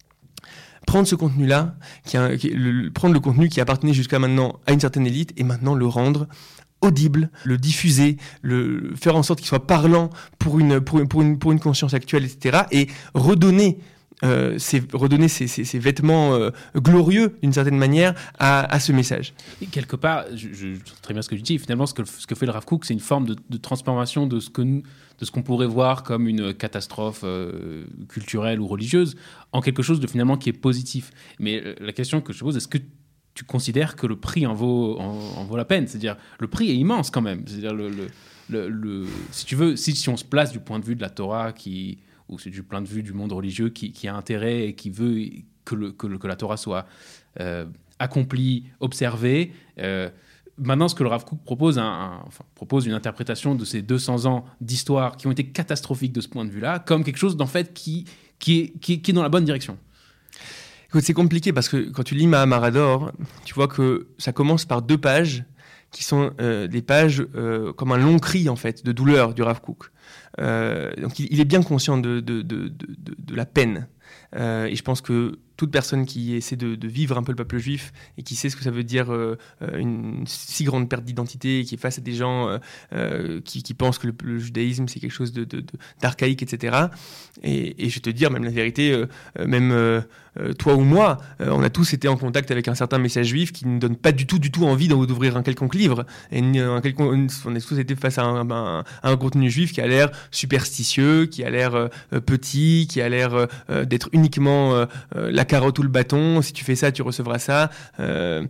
Prendre ce contenu-là, qui a, qui, le, prendre le contenu qui appartenait jusqu'à maintenant à une certaine élite et maintenant le rendre audible, le diffuser, le faire en sorte qu'il soit parlant pour une, pour une, pour une, pour une conscience actuelle, et cetera. Et redonner, euh, ces, redonner ces, ces, ces vêtements euh, glorieux, d'une certaine manière, à, à ce message. Et quelque part, je, je, je sais très bien ce que tu dis, finalement, ce que, ce que fait le Rav Kook, c'est une forme de, de transformation de ce, que nous, de ce qu'on pourrait voir comme une catastrophe euh, culturelle ou religieuse en quelque chose de finalement qui est positif. Mais euh, la question que je pose, est-ce que tu considères que le prix en vaut, en, en vaut la peine ? C'est-à-dire, le prix est immense quand même. C'est-à-dire, le, le, le, le, si tu veux, si, si on se place du point de vue de la Torah, qui, ou c'est du point de vue du monde religieux qui, qui a intérêt et qui veut que, le, que, le, que la Torah soit euh, accomplie, observée, euh, maintenant, ce que le Rav Kook propose, un, un, enfin, propose une interprétation de ces deux cents ans d'histoire qui ont été catastrophiques de ce point de vue-là, comme quelque chose, en fait, qui, qui, est, qui, qui est dans la bonne direction. Écoute, c'est compliqué parce que quand tu lis Mahamar Ador, tu vois que ça commence par deux pages qui sont euh, des pages euh, comme un long cri en fait de douleur du Rav Kook. Euh, donc il, il est bien conscient de, de, de, de, de, de la peine. Euh, et je pense que toute personne qui essaie de, de vivre un peu le peuple juif et qui sait ce que ça veut dire euh, une si grande perte d'identité, qui est face à des gens euh, euh, qui, qui pensent que le, le judaïsme c'est quelque chose de, de, de, d'archaïque, et cetera. Et, et je vais te dire, même la vérité, euh, même euh, toi ou moi, euh, on a tous été en contact avec un certain message juif qui ne donne pas du tout, du tout envie d'ouvrir un quelconque livre. Et un quelconque, on a tous été face à un, un, un contenu juif qui a l'air superstitieux, qui a l'air euh, petit, qui a l'air euh, d'être uniquement euh, la carotte ou le bâton, si tu fais ça, tu recevras ça. Euh,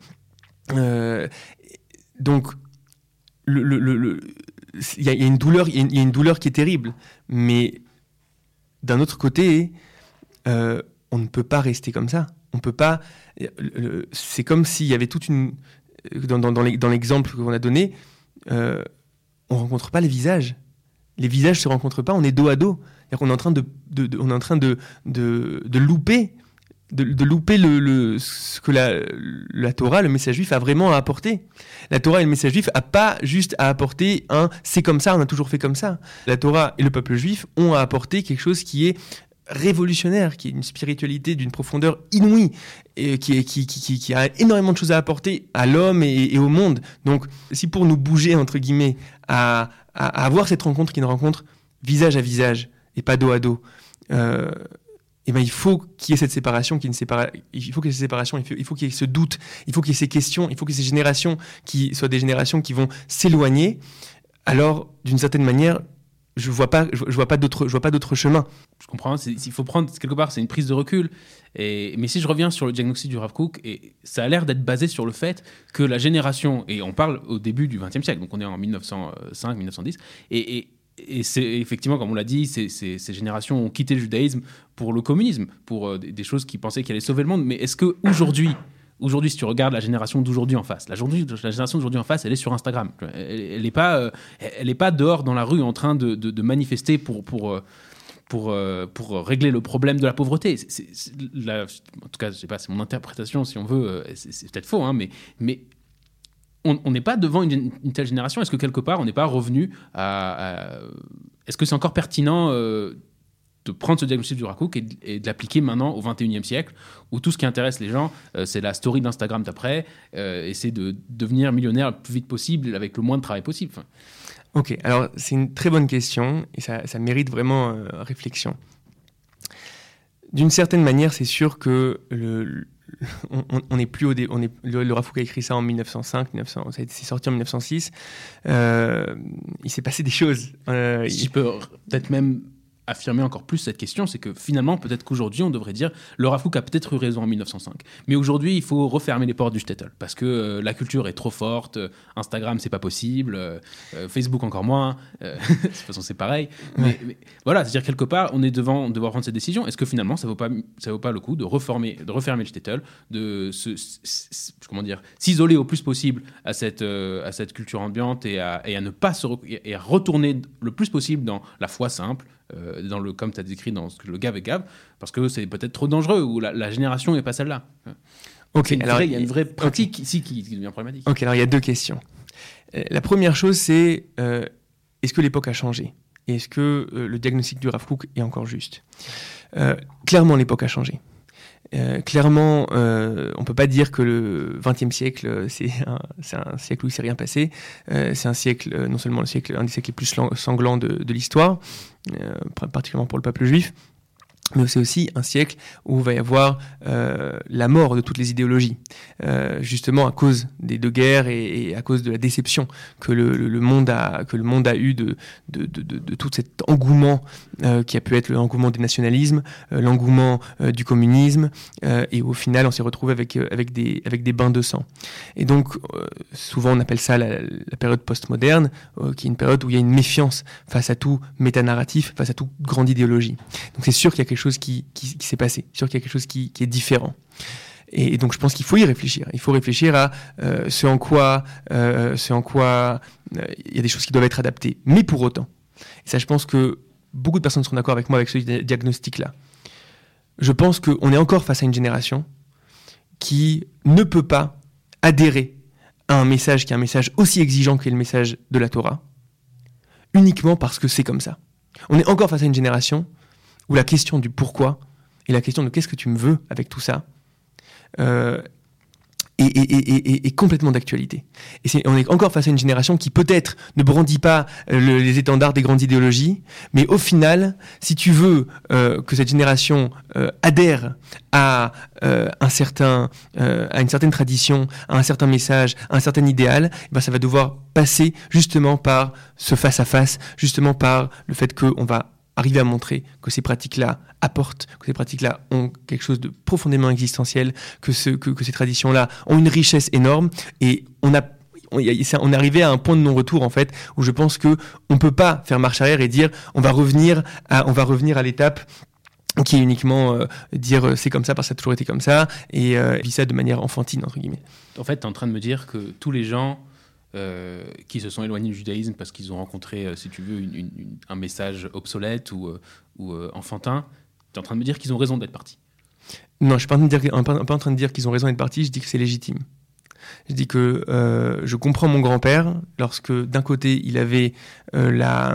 euh, donc, le, le, le, il y a, y a une douleur, il y, y a une douleur qui est terrible, mais d'un autre côté, euh, on ne peut pas rester comme ça. On peut pas. Le, c'est comme s'il y avait toute une dans, dans, dans l'exemple qu'on a donné, euh, on rencontre pas les visages. Les visages se rencontrent pas. On est dos à dos. C'est-à-dire qu'on est en train de, de, de on est en train de, de, de louper de, de louper le, le, ce que la, la Torah, le message juif, a vraiment à apporter. La Torah et le message juif n'a pas juste à apporter un « c'est comme ça, on a toujours fait comme ça ». La Torah et le peuple juif ont à apporter quelque chose qui est révolutionnaire, qui est une spiritualité d'une profondeur inouïe, et qui, est, qui, qui, qui a énormément de choses à apporter à l'homme et, et au monde. Donc, si pour nous bouger, entre guillemets, à, à, à avoir cette rencontre qui est une rencontre visage à visage et pas dos à dos, euh, et ben il faut qu'il y ait cette séparation, qu'il y ait une sépara... il faut qu'il y ait cette séparation, il faut, il faut qu'il y ait ce doute, il faut qu'il y ait ces questions, il faut que ces générations qui soient des générations qui vont s'éloigner. Alors, d'une certaine manière, je vois pas, je, je vois pas d'autre, je vois pas d'autre chemin. Je comprends. Il faut prendre quelque part, c'est une prise de recul. Et, mais si je reviens sur le diagnostic du Rav Kook, et ça a l'air d'être basé sur le fait que la génération, et on parle au début du vingtième siècle, donc on est en mille neuf cent cinq mille neuf cent dix, et, et, et c'est effectivement, comme on l'a dit, c'est, c'est, ces générations ont quitté le judaïsme pour le communisme, pour euh, des, des choses qui pensaient qu'elles allaient sauver le monde. Mais est-ce que aujourd'hui Aujourd'hui, si tu regardes la génération d'aujourd'hui en face, la, la génération d'aujourd'hui en face, elle est sur Instagram. Elle n'est pas, euh, elle est pas dehors dans la rue en train de, de, de manifester pour, pour, pour, pour régler le problème de la pauvreté. C'est, c'est, c'est la, en tout cas, je sais pas, c'est mon interprétation, si on veut. C'est, c'est peut-être faux, hein, mais, mais on n'est pas devant une, une telle génération. Est-ce que quelque part, on n'est pas revenu à, à... Est-ce que c'est encore pertinent euh, de prendre ce diagnostic du Rav Kook et, et de l'appliquer maintenant au vingt et unième siècle, où tout ce qui intéresse les gens, euh, c'est la story d'Instagram d'après, euh, et c'est de devenir millionnaire le plus vite possible, avec le moins de travail possible. Enfin... Ok, alors c'est une très bonne question, et ça, ça mérite vraiment euh, réflexion. D'une certaine manière, c'est sûr que le, le, on n'est plus au dé, on est, le, le Rav Kook a écrit ça en mille neuf cent cinq, mille neuf cents, ça a été, c'est sorti en mille neuf cent six. Euh, il s'est passé des choses. Euh, si il... je peux peut-être même affirmer encore plus cette question, c'est que finalement, peut-être qu'aujourd'hui, on devrait dire le Rav Kook a peut-être eu raison en mille neuf cent cinq. Mais aujourd'hui, il faut refermer les portes du shtetl parce que euh, la culture est trop forte, euh, Instagram, c'est pas possible, euh, euh, Facebook encore moins, euh, de toute façon, c'est pareil. Mais, ouais. mais voilà, c'est-à-dire quelque part, on est devant devoir prendre cette décision. Est-ce que finalement, ça vaut pas, ça vaut pas le coup de reformer, de refermer le shtetl, de se, se, se, comment dire, s'isoler au plus possible à cette, euh, à cette culture ambiante et à, et à ne pas se et à retourner le plus possible dans la foi simple. Euh, dans le, comme tu as décrit dans le Gav et Gav, parce que c'est peut-être trop dangereux, ou la, la génération n'est pas celle-là. Okay, alors, vraie, il y a une vraie pratique okay. ici qui, qui devient problématique. Ok, alors il y a deux questions. Euh, la première chose, c'est euh, est-ce que l'époque a changé ? Et est-ce que euh, le diagnostic du Rav Kook est encore juste ? euh, Clairement, l'époque a changé. Euh, clairement, euh, on ne peut pas dire que le vingtième siècle, c'est un, c'est un siècle où il ne s'est rien passé. Euh, c'est un siècle, euh, non seulement le siècle, un des siècles les plus sanglants de, de l'histoire, euh, particulièrement pour le peuple juif, mais c'est aussi un siècle où il va y avoir euh, la mort de toutes les idéologies, euh, justement à cause des deux guerres et, et à cause de la déception que le, le, le monde a que le monde a eu de de de, de, de tout cet engouement euh, qui a pu être l'engouement des nationalismes, euh, l'engouement euh, du communisme, euh, et au final on s'est retrouvé avec euh, avec des avec des bains de sang. Et donc euh, souvent on appelle ça la, la période postmoderne, euh, qui est une période où il y a une méfiance face à tout métanarratif, face à toute grande idéologie. Donc c'est sûr qu'il y a quelque chose qui, qui, qui s'est passé, sûr qu'il y a quelque chose qui, qui est différent. Et, et donc je pense qu'il faut y réfléchir. Il faut réfléchir à euh, ce en quoi, euh, ce en quoi euh, il y a des choses qui doivent être adaptées. Mais pour autant, et ça je pense que beaucoup de personnes seront d'accord avec moi avec ce diagnostic-là, je pense qu'on est encore face à une génération qui ne peut pas adhérer à un message qui est un message aussi exigeant que le message de la Torah, uniquement parce que c'est comme ça. On est encore face à une génération où la question du pourquoi et la question de qu'est-ce que tu me veux avec tout ça euh, est, est, est, est, est complètement d'actualité. Et c'est, on est encore face à une génération qui peut-être ne brandit pas euh, le, les étendards des grandes idéologies, mais au final, si tu veux euh, que cette génération euh, adhère à, euh, un certain, euh, à une certaine tradition, à un certain message, à un certain idéal, eh ben ça va devoir passer justement par ce face-à-face, justement par le fait qu'on va arriver à montrer que ces pratiques-là apportent, que ces pratiques-là ont quelque chose de profondément existentiel, que, ce, que, que ces traditions-là ont une richesse énorme, et on a on, on est arrivé à un point de non-retour en fait, où je pense que on peut pas faire marche arrière et dire on va revenir à, on va revenir à l'étape qui est uniquement euh, dire euh, c'est comme ça parce que ça a toujours été comme ça, et euh, vit ça de manière enfantine entre guillemets. En fait, tu es en train de me dire que tous les gens Euh, qui se sont éloignés du judaïsme parce qu'ils ont rencontré, euh, si tu veux, une, une, un message obsolète ou, euh, ou euh, enfantin, tu es en train de me dire qu'ils ont raison d'être partis. Non, je ne suis pas en train de dire, pas, pas en train de dire qu'ils ont raison d'être partis, je dis que c'est légitime. Je dis que euh, je comprends mon grand-père lorsque, d'un côté, il avait euh, la...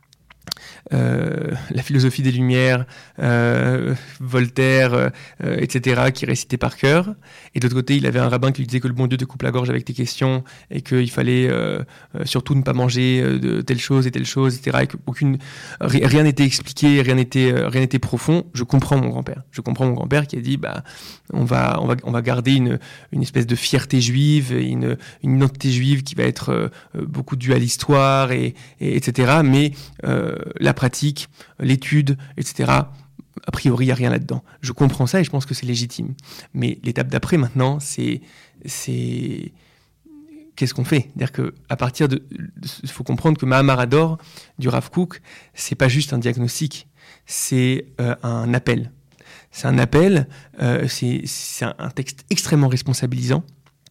Euh, la philosophie des Lumières, euh, Voltaire, euh, et cetera, qui récitait par cœur. Et de l'autre côté, il avait un rabbin qui lui disait que le bon Dieu te coupe la gorge avec tes questions et qu'il fallait euh, euh, surtout ne pas manger euh, de telle chose et telle chose, et cetera. Et que aucune, rien n'était expliqué, rien n'était, euh, rien n'était profond. Je comprends mon grand-père. Je comprends mon grand-père qui a dit, bah, on va, on va, on va garder une, une espèce de fierté juive, une, une identité juive qui va être euh, beaucoup due à l'histoire, et, et etc. Mais euh, la pratique, l'étude, et cetera, a priori, il n'y a rien là-dedans. Je comprends ça et je pense que c'est légitime. Mais l'étape d'après, maintenant, c'est... c'est... Qu'est-ce qu'on fait ? C'est-à-dire qu'à partir de... Il faut comprendre que Mahamar Ador, du Rav Kook, c'est pas juste un diagnostic, c'est euh, un appel. C'est un appel, euh, c'est, c'est un texte extrêmement responsabilisant.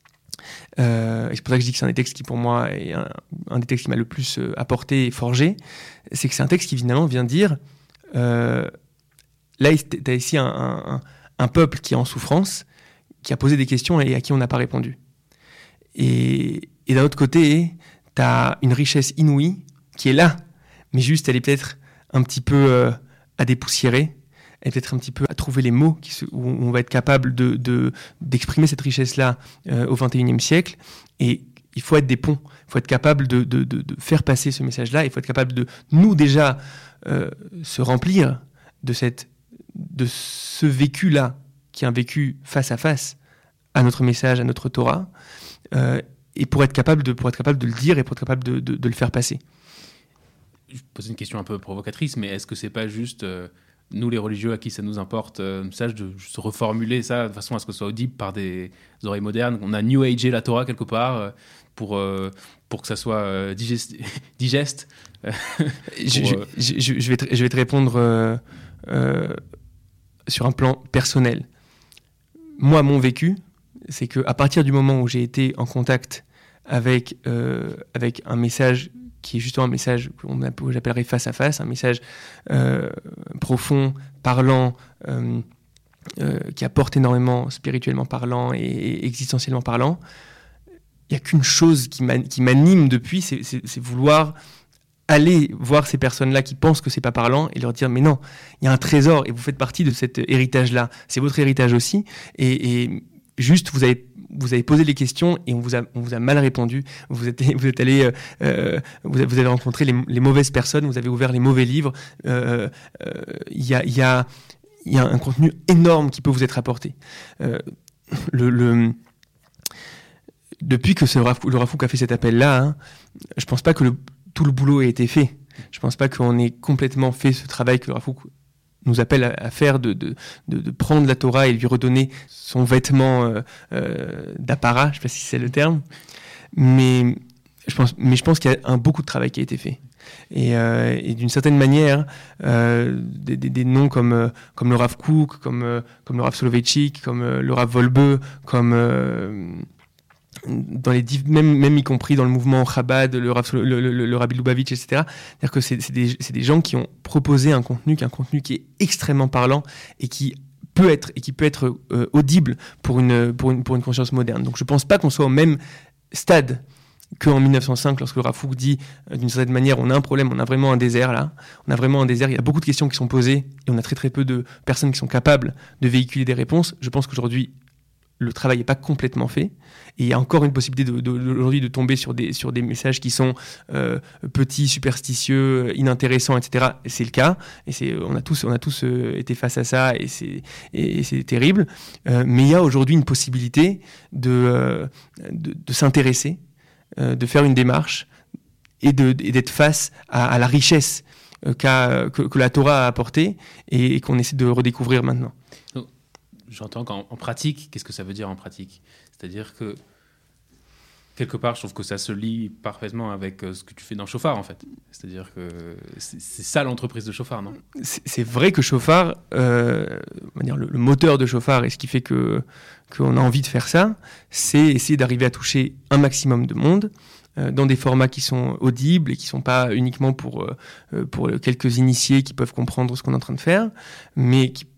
Euh, et c'est pour ça que je dis que c'est un des textes qui, pour moi, est un, un des textes qui m'a le plus euh, apporté et forgé. C'est que c'est un texte qui, finalement, vient dire euh, là, tu as ici un, un, un peuple qui est en souffrance, qui a posé des questions et à qui on n'a pas répondu. Et, et d'un autre côté, tu as une richesse inouïe qui est là, mais juste, elle est peut-être un petit peu euh, à dépoussiérer. Et peut-être un petit peu à trouver les mots qui se, où on va être capable de, de, d'exprimer cette richesse-là euh, au vingt et unième siècle. Et il faut être des ponts, il faut être capable de, de, de, de faire passer ce message-là, il faut être capable de, nous déjà, euh, se remplir de, cette, de ce vécu-là, qui est un vécu face à face à notre message, à notre Torah, euh, et pour être, capable de, pour être capable de le dire et pour être capable de, de, de le faire passer. Je pose une question un peu provocatrice, mais est-ce que c'est pas juste... Euh... nous, les religieux, à qui ça nous importe, euh, message de se reformuler ça de façon à ce que ce soit audible par des oreilles modernes. On a New Age et la Torah quelque part euh, pour, euh, pour que ça soit euh, digeste. digeste euh, pour, je, euh... je, je, je, vais te, je vais te répondre euh, euh, sur un plan personnel. Moi, mon vécu, c'est qu'à partir du moment où j'ai été en contact avec, euh, avec un message qui est justement un message que j'appellerais face à face, un message euh, profond, parlant, euh, euh, qui apporte énormément spirituellement parlant et, et existentiellement parlant. Il n'y a qu'une chose qui, m'a, qui m'anime depuis, c'est, c'est, c'est vouloir aller voir ces personnes-là qui pensent que c'est pas parlant et leur dire mais non, il y a un trésor et vous faites partie de cet héritage-là. C'est votre héritage aussi. Et, et juste, vous avez vous avez posé les questions et on vous a, on vous a mal répondu. Vous êtes, vous êtes allé, euh, vous, avez, vous avez rencontré les, les mauvaises personnes, vous avez ouvert les mauvais livres. Il euh, euh, y, a, y, a, y a un contenu énorme qui peut vous être apporté. Euh, le, le, depuis que ce, le Rav Kook a fait cet appel-là, hein, je ne pense pas que le, tout le boulot ait été fait. Je ne pense pas qu'on ait complètement fait ce travail que le Rav Kook nous appelle à, à faire, de, de, de, de prendre la Torah et lui redonner son vêtement euh, euh, d'apparat, je ne sais pas si c'est le terme, mais je pense, mais je pense qu'il y a un, beaucoup de travail qui a été fait. Et, euh, et d'une certaine manière, euh, des, des, des noms comme, euh, comme le Rav Kook, comme, euh, comme le Rav Soloveitchik, comme euh, le Rav Wolbe, comme... Euh, dans les div- même, même y compris dans le mouvement Chabad, le, le, le, le, le Rabbi Lubavitch, et cetera. C'est-à-dire que c'est, c'est, des, c'est des gens qui ont proposé un contenu, qui est un contenu qui est extrêmement parlant et qui peut être, et qui peut être euh, audible pour une, pour, une, pour une conscience moderne. Donc je ne pense pas qu'on soit au même stade qu'en mille neuf cent cinq, lorsque le Rav Kook dit, euh, d'une certaine manière, on a un problème, on a vraiment un désert là, on a vraiment un désert, il y a beaucoup de questions qui sont posées et on a très très peu de personnes qui sont capables de véhiculer des réponses. Je pense qu'aujourd'hui, le travail n'est pas complètement fait. Et il y a encore une possibilité de, de, aujourd'hui de tomber sur des, sur des messages qui sont euh, petits, superstitieux, inintéressants, et cetera. Et c'est le cas. Et c'est, on a tous, on a tous euh, été face à ça et c'est, et, et c'est terrible. Euh, mais il y a aujourd'hui une possibilité de, euh, de, de s'intéresser, euh, de faire une démarche et, de, et d'être face à, à la richesse euh, qu'a, que, que la Torah a apportée et, et qu'on essaie de redécouvrir maintenant. J'entends qu'en en pratique, qu'est-ce que ça veut dire en pratique ? C'est-à-dire que, quelque part, je trouve que ça se lie parfaitement avec euh, ce que tu fais dans Shofar, en fait. C'est-à-dire que c'est, c'est ça l'entreprise de Shofar, non ? c'est, c'est vrai que Shofar, euh, on va dire le, le moteur de Shofar, et ce qui fait que, qu'on a envie de faire ça, c'est essayer d'arriver à toucher un maximum de monde, euh, dans des formats qui sont audibles et qui ne sont pas uniquement pour, euh, pour quelques initiés qui peuvent comprendre ce qu'on est en train de faire, mais qui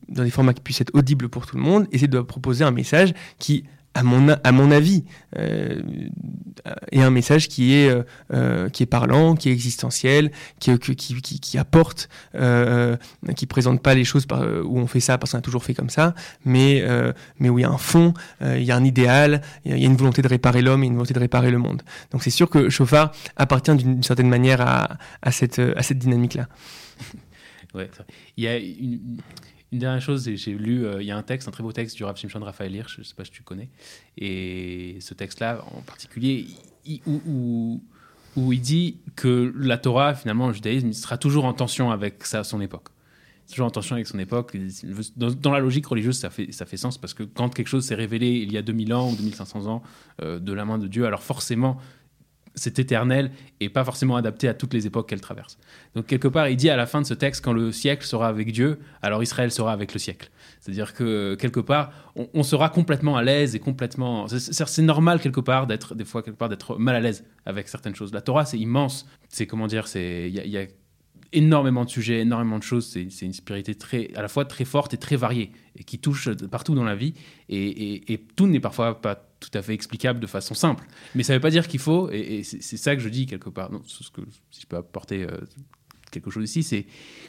dans des formats qui puissent être audibles pour tout le monde, essayer de proposer un message qui, à mon, à mon avis, euh, est un message qui est, euh, qui est parlant, qui est existentiel, qui, qui, qui, qui apporte, euh, qui ne présente pas les choses par, où on fait ça parce qu'on a toujours fait comme ça, mais, euh, mais où il y a un fond, euh, il y a un idéal, il y a une volonté de réparer l'homme et une volonté de réparer le monde. Donc c'est sûr que Chauffard appartient d'une certaine manière à, à, cette, à cette dynamique-là. Ouais, il y a une... Une dernière chose, j'ai lu, euh, il y a un texte, un très beau texte du Rav Shimshon Raphaël Hirsch, je ne sais pas si tu connais, et ce texte-là en particulier, il, où, où, où il dit que la Torah, finalement, le judaïsme, sera toujours en tension avec sa, son époque. Toujours en tension avec son époque. Dans, dans la logique religieuse, ça fait, ça fait sens, parce que quand quelque chose s'est révélé il y a deux mille ans ou deux mille cinq cents ans euh, de la main de Dieu, alors forcément, c'est éternel et pas forcément adapté à toutes les époques qu'elle traverse. Donc quelque part, il dit à la fin de ce texte, quand le siècle sera avec Dieu, alors Israël sera avec le siècle. C'est-à-dire que quelque part, on, on sera complètement à l'aise et complètement... C'est, c'est, c'est normal quelque part d'être, des fois quelque part, d'être mal à l'aise avec certaines choses. La Torah, c'est immense. C'est comment dire, c'est... Il y, y a énormément de sujets, énormément de choses. C'est, c'est une spiritualité très, à la fois très forte et très variée et qui touche partout dans la vie. Et, et, et tout n'est parfois pas tout à fait explicable de façon simple. Mais ça ne veut pas dire qu'il faut, et, et c'est, c'est ça que je dis quelque part. Non, ce que, si je peux apporter euh, quelque chose ici, c'est...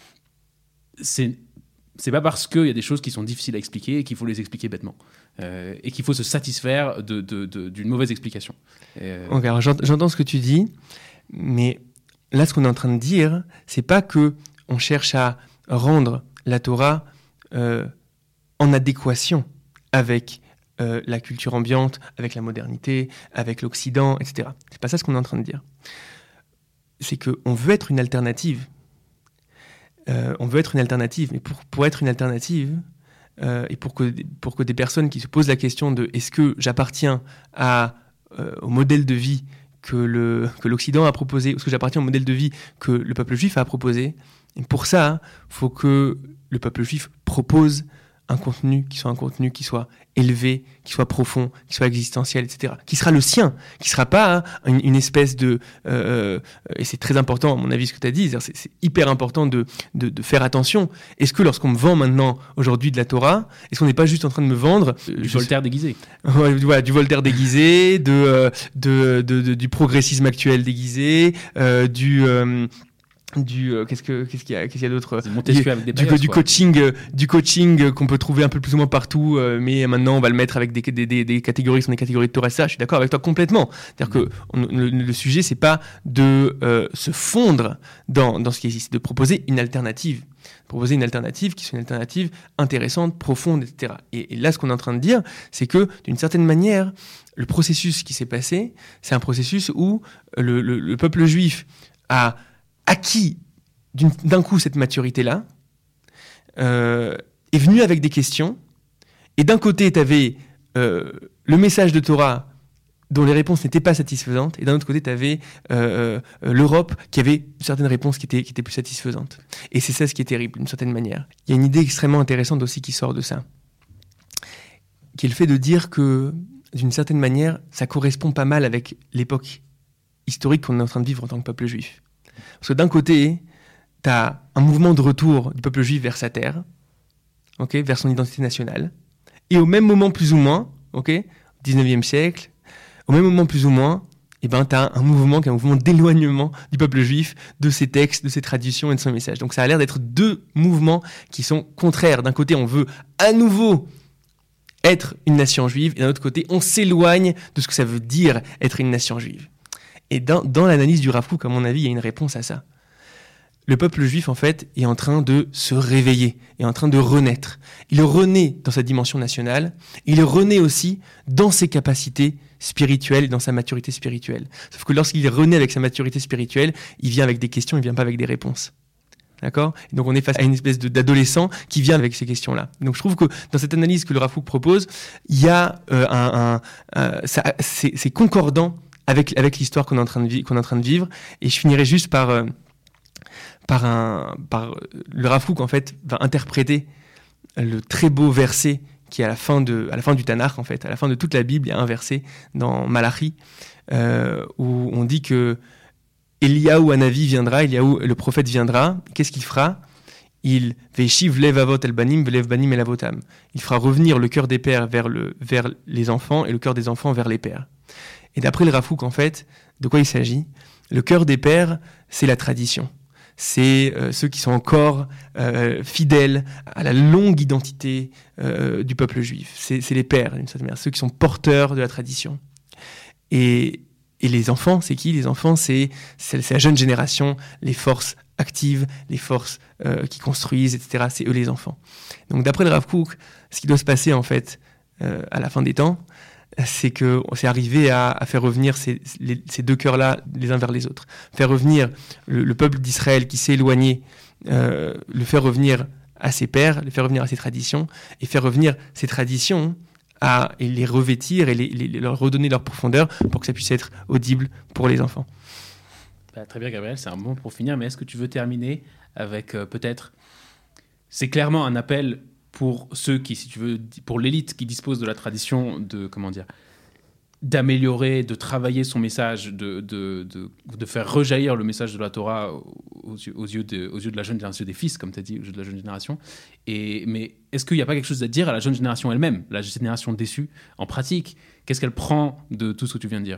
c'est c'est pas parce qu'il y a des choses qui sont difficiles à expliquer qu'il faut les expliquer bêtement. Euh, et qu'il faut se satisfaire de, de, de, d'une mauvaise explication. Euh... Okay, alors j'entends ce que tu dis, mais là, ce qu'on est en train de dire, c'est pas qu'on cherche à rendre la Torah euh, en adéquation avec euh, la culture ambiante, avec la modernité, avec l'Occident, et cetera. C'est pas ça ce qu'on est en train de dire. C'est qu'on veut être une alternative. Euh, on veut être une alternative, mais pour, pour être une alternative, euh, et pour que, pour que des personnes qui se posent la question de est-ce que j'appartiens à, euh, au modèle de vie que, le, que l'Occident a proposé, ou est-ce que j'appartiens au modèle de vie que le peuple juif a proposé, et pour ça, il faut que le peuple juif propose un contenu qui soit un contenu qui soit élevé, qui soit profond, qui soit existentiel, et cetera. Qui sera le sien, qui ne sera pas hein, une, une espèce de... Euh, et c'est très important, à mon avis, ce que tu as dit, c'est, c'est hyper important de, de, de faire attention. Est-ce que lorsqu'on me vend maintenant, aujourd'hui, de la Torah, est-ce qu'on n'est pas juste en train de me vendre... Euh, du Voltaire sais, déguisé. Ouais, voilà, du Voltaire déguisé, de, euh, de, de, de, du progressisme actuel déguisé, euh, du... Euh, du euh, qu'est-ce que qu'est-ce qu'il y a qu'est-ce qu'il y a d'autre du, avec des du, paillettes, du coaching euh, du coaching euh, qu'on peut trouver un peu plus ou moins partout euh, mais maintenant on va le mettre avec des, des, des, des catégories qui sont des catégories de Torah. Ça, je suis d'accord avec toi complètement. C'est-à-dire que on, le, le sujet c'est pas de euh, se fondre dans dans ce qui existe, c'est de proposer une alternative, proposer une alternative qui soit une alternative intéressante, profonde, et cetera. Et, et là, ce qu'on est en train de dire, c'est que d'une certaine manière, le processus qui s'est passé, c'est un processus où le, le, le peuple juif a acquis d'une, d'un coup cette maturité-là, euh, est venu avec des questions, et d'un côté, tu avais euh, le message de Torah dont les réponses n'étaient pas satisfaisantes, et d'un autre côté, tu avais euh, euh, l'Europe qui avait certaines réponses qui étaient, qui étaient plus satisfaisantes. Et c'est ça ce qui est terrible, d'une certaine manière. Il y a une idée extrêmement intéressante aussi qui sort de ça, qui est le fait de dire que, d'une certaine manière, ça correspond pas mal avec l'époque historique qu'on est en train de vivre en tant que peuple juif. Parce que d'un côté, tu as un mouvement de retour du peuple juif vers sa terre, okay, vers son identité nationale, et au même moment plus ou moins, okay, au dix-neuvième siècle, au même moment plus ou moins, eh ben, tu as un mouvement qui est un mouvement d'éloignement du peuple juif, de ses textes, de ses traditions et de son message. Donc ça a l'air d'être deux mouvements qui sont contraires. D'un côté, on veut à nouveau être une nation juive, et d'un autre côté, on s'éloigne de ce que ça veut dire être une nation juive. Et dans, dans l'analyse du Rav Kook, à mon avis, il y a une réponse à ça. Le peuple juif, en fait, est en train de se réveiller, est en train de renaître. Il renaît dans sa dimension nationale, il renaît aussi dans ses capacités spirituelles et dans sa maturité spirituelle. Sauf que lorsqu'il renaît avec sa maturité spirituelle, il vient avec des questions, il vient pas avec des réponses. D'accord ? Et donc on est face à une espèce de, d'adolescent qui vient avec ces questions-là. Donc je trouve que dans cette analyse que le Rav Kook propose, il y a euh, un, un, un ça, c'est, c'est concordant avec avec l'histoire qu'on est en train de vi- qu'on est en train de vivre. Et je finirai juste par euh, par un par le Rav Kook en fait va interpréter le très beau verset qui est à la fin de à la fin du Tanakh en fait, à la fin de toute la Bible, il y a un verset dans Malachi euh, où on dit que Eliyahu Hanavi viendra, Eliyahu le prophète viendra. Qu'est-ce qu'il fera ? Il Veshiv lev avot el banim velev banim el avotam. Il fera revenir le cœur des pères vers, le, vers les enfants et le cœur des enfants vers les pères. Et d'après le Rav Kook, en fait, de quoi il s'agit ? Le cœur des pères, c'est la tradition. C'est euh, ceux qui sont encore euh, fidèles à la longue identité euh, du peuple juif. C'est, c'est les pères, d'une certaine manière, ceux qui sont porteurs de la tradition. Et, et les enfants, c'est qui ? Les enfants, c'est, c'est, c'est la jeune génération, les forces actives, les forces euh, qui construisent, et cetera. C'est eux les enfants. Donc d'après le Rav Kook, ce qui doit se passer en fait euh, à la fin des temps, c'est que c'est arrivé à, à faire revenir ces, les, ces deux cœurs-là les uns vers les autres. Faire revenir le, le peuple d'Israël qui s'est éloigné, euh, le faire revenir à ses pères, le faire revenir à ses traditions, et faire revenir ces traditions à, et les revêtir et les, les, leur redonner leur profondeur pour que ça puisse être audible pour les enfants. Bah, très bien, Gabriel, c'est un moment pour finir, mais est-ce que tu veux terminer avec euh, peut-être... C'est clairement un appel pour ceux qui, si tu veux, pour l'élite qui dispose de la tradition de, comment dire, d'améliorer, de travailler son message, de, de, de, de faire rejaillir le message de la Torah aux, aux, yeux, de, aux yeux de la jeune génération, des fils, comme tu as dit, aux yeux de la jeune génération. Et, mais est-ce qu'il n'y a pas quelque chose à dire à la jeune génération elle-même, la génération déçue, en pratique ? Qu'est-ce qu'elle prend de tout ce que tu viens de dire ?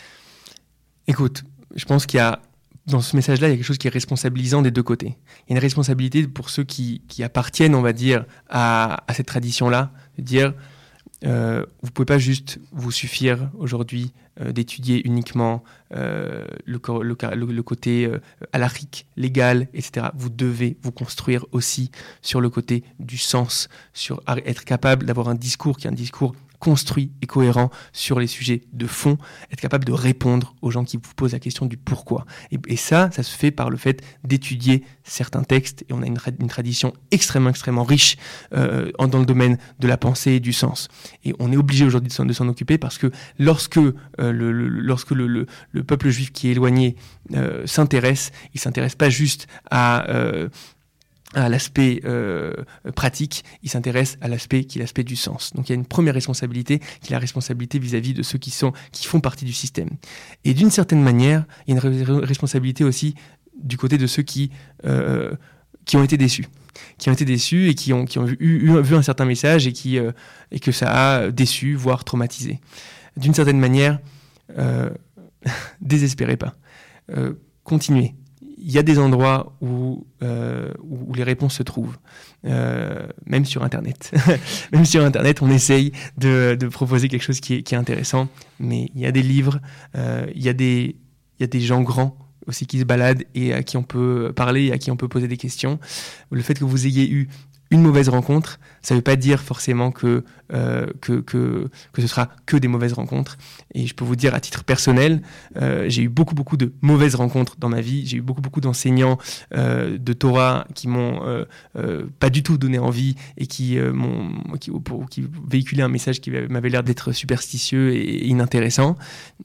Écoute, je pense qu'il y a dans ce message-là, il y a quelque chose qui est responsabilisant des deux côtés. Il y a une responsabilité pour ceux qui, qui appartiennent, on va dire, à, à cette tradition-là, de dire, euh, vous ne pouvez pas juste vous suffire aujourd'hui euh, d'étudier uniquement euh, le, le, le, le côté euh, halachique, légal, et cetera. Vous devez vous construire aussi sur le côté du sens, sur être capable d'avoir un discours qui est un discours construit et cohérent sur les sujets de fond, être capable de répondre aux gens qui vous posent la question du pourquoi. Et, et ça, ça se fait par le fait d'étudier certains textes, et on a une, une tradition extrêmement, extrêmement riche euh, dans le domaine de la pensée et du sens. Et on est obligé aujourd'hui de s'en, de s'en occuper parce que lorsque, euh, le, le, lorsque le, le, le peuple juif qui est éloigné euh, s'intéresse, il ne s'intéresse pas juste à... Euh, à l'aspect euh, pratique, il s'intéresse à l'aspect qui est l'aspect du sens. Donc il y a une première responsabilité qui est la responsabilité vis-à-vis de ceux qui sont qui font partie du système. Et d'une certaine manière, il y a une re- responsabilité aussi du côté de ceux qui euh, qui ont été déçus, qui ont été déçus et qui ont qui ont vu, eu, vu un certain message et qui euh, et que ça a déçu, voire traumatisé. D'une certaine manière, euh, désespérez pas, euh, continuez. Il y a des endroits où, euh, où les réponses se trouvent, euh, même sur Internet. Même sur Internet, on essaye de, de proposer quelque chose qui est, qui est intéressant, mais il y a des livres, euh, il y a des, il y a des gens grands aussi qui se baladent et à qui on peut parler et à qui on peut poser des questions. Le fait que vous ayez eu une mauvaise rencontre, ça ne veut pas dire forcément que, euh, que, que, que ce sera que des mauvaises rencontres. Et je peux vous dire à titre personnel, euh, j'ai eu beaucoup, beaucoup de mauvaises rencontres dans ma vie. J'ai eu beaucoup, beaucoup d'enseignants euh, de Torah qui m'ont euh, euh, pas du tout donné envie et qui, euh, m'ont, qui, pour, qui véhiculaient un message qui m'avait l'air d'être superstitieux et inintéressant.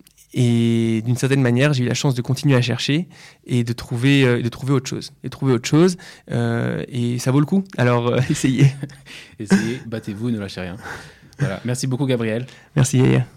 Et d'une certaine manière, j'ai eu la chance de continuer à chercher et de trouver, euh, de trouver autre chose. Et trouver autre chose, euh, et ça vaut le coup. Alors, euh, essayez. Essayez, battez-vous, ne lâchez rien. Voilà. Merci beaucoup, Gabriel. Merci, Yaya.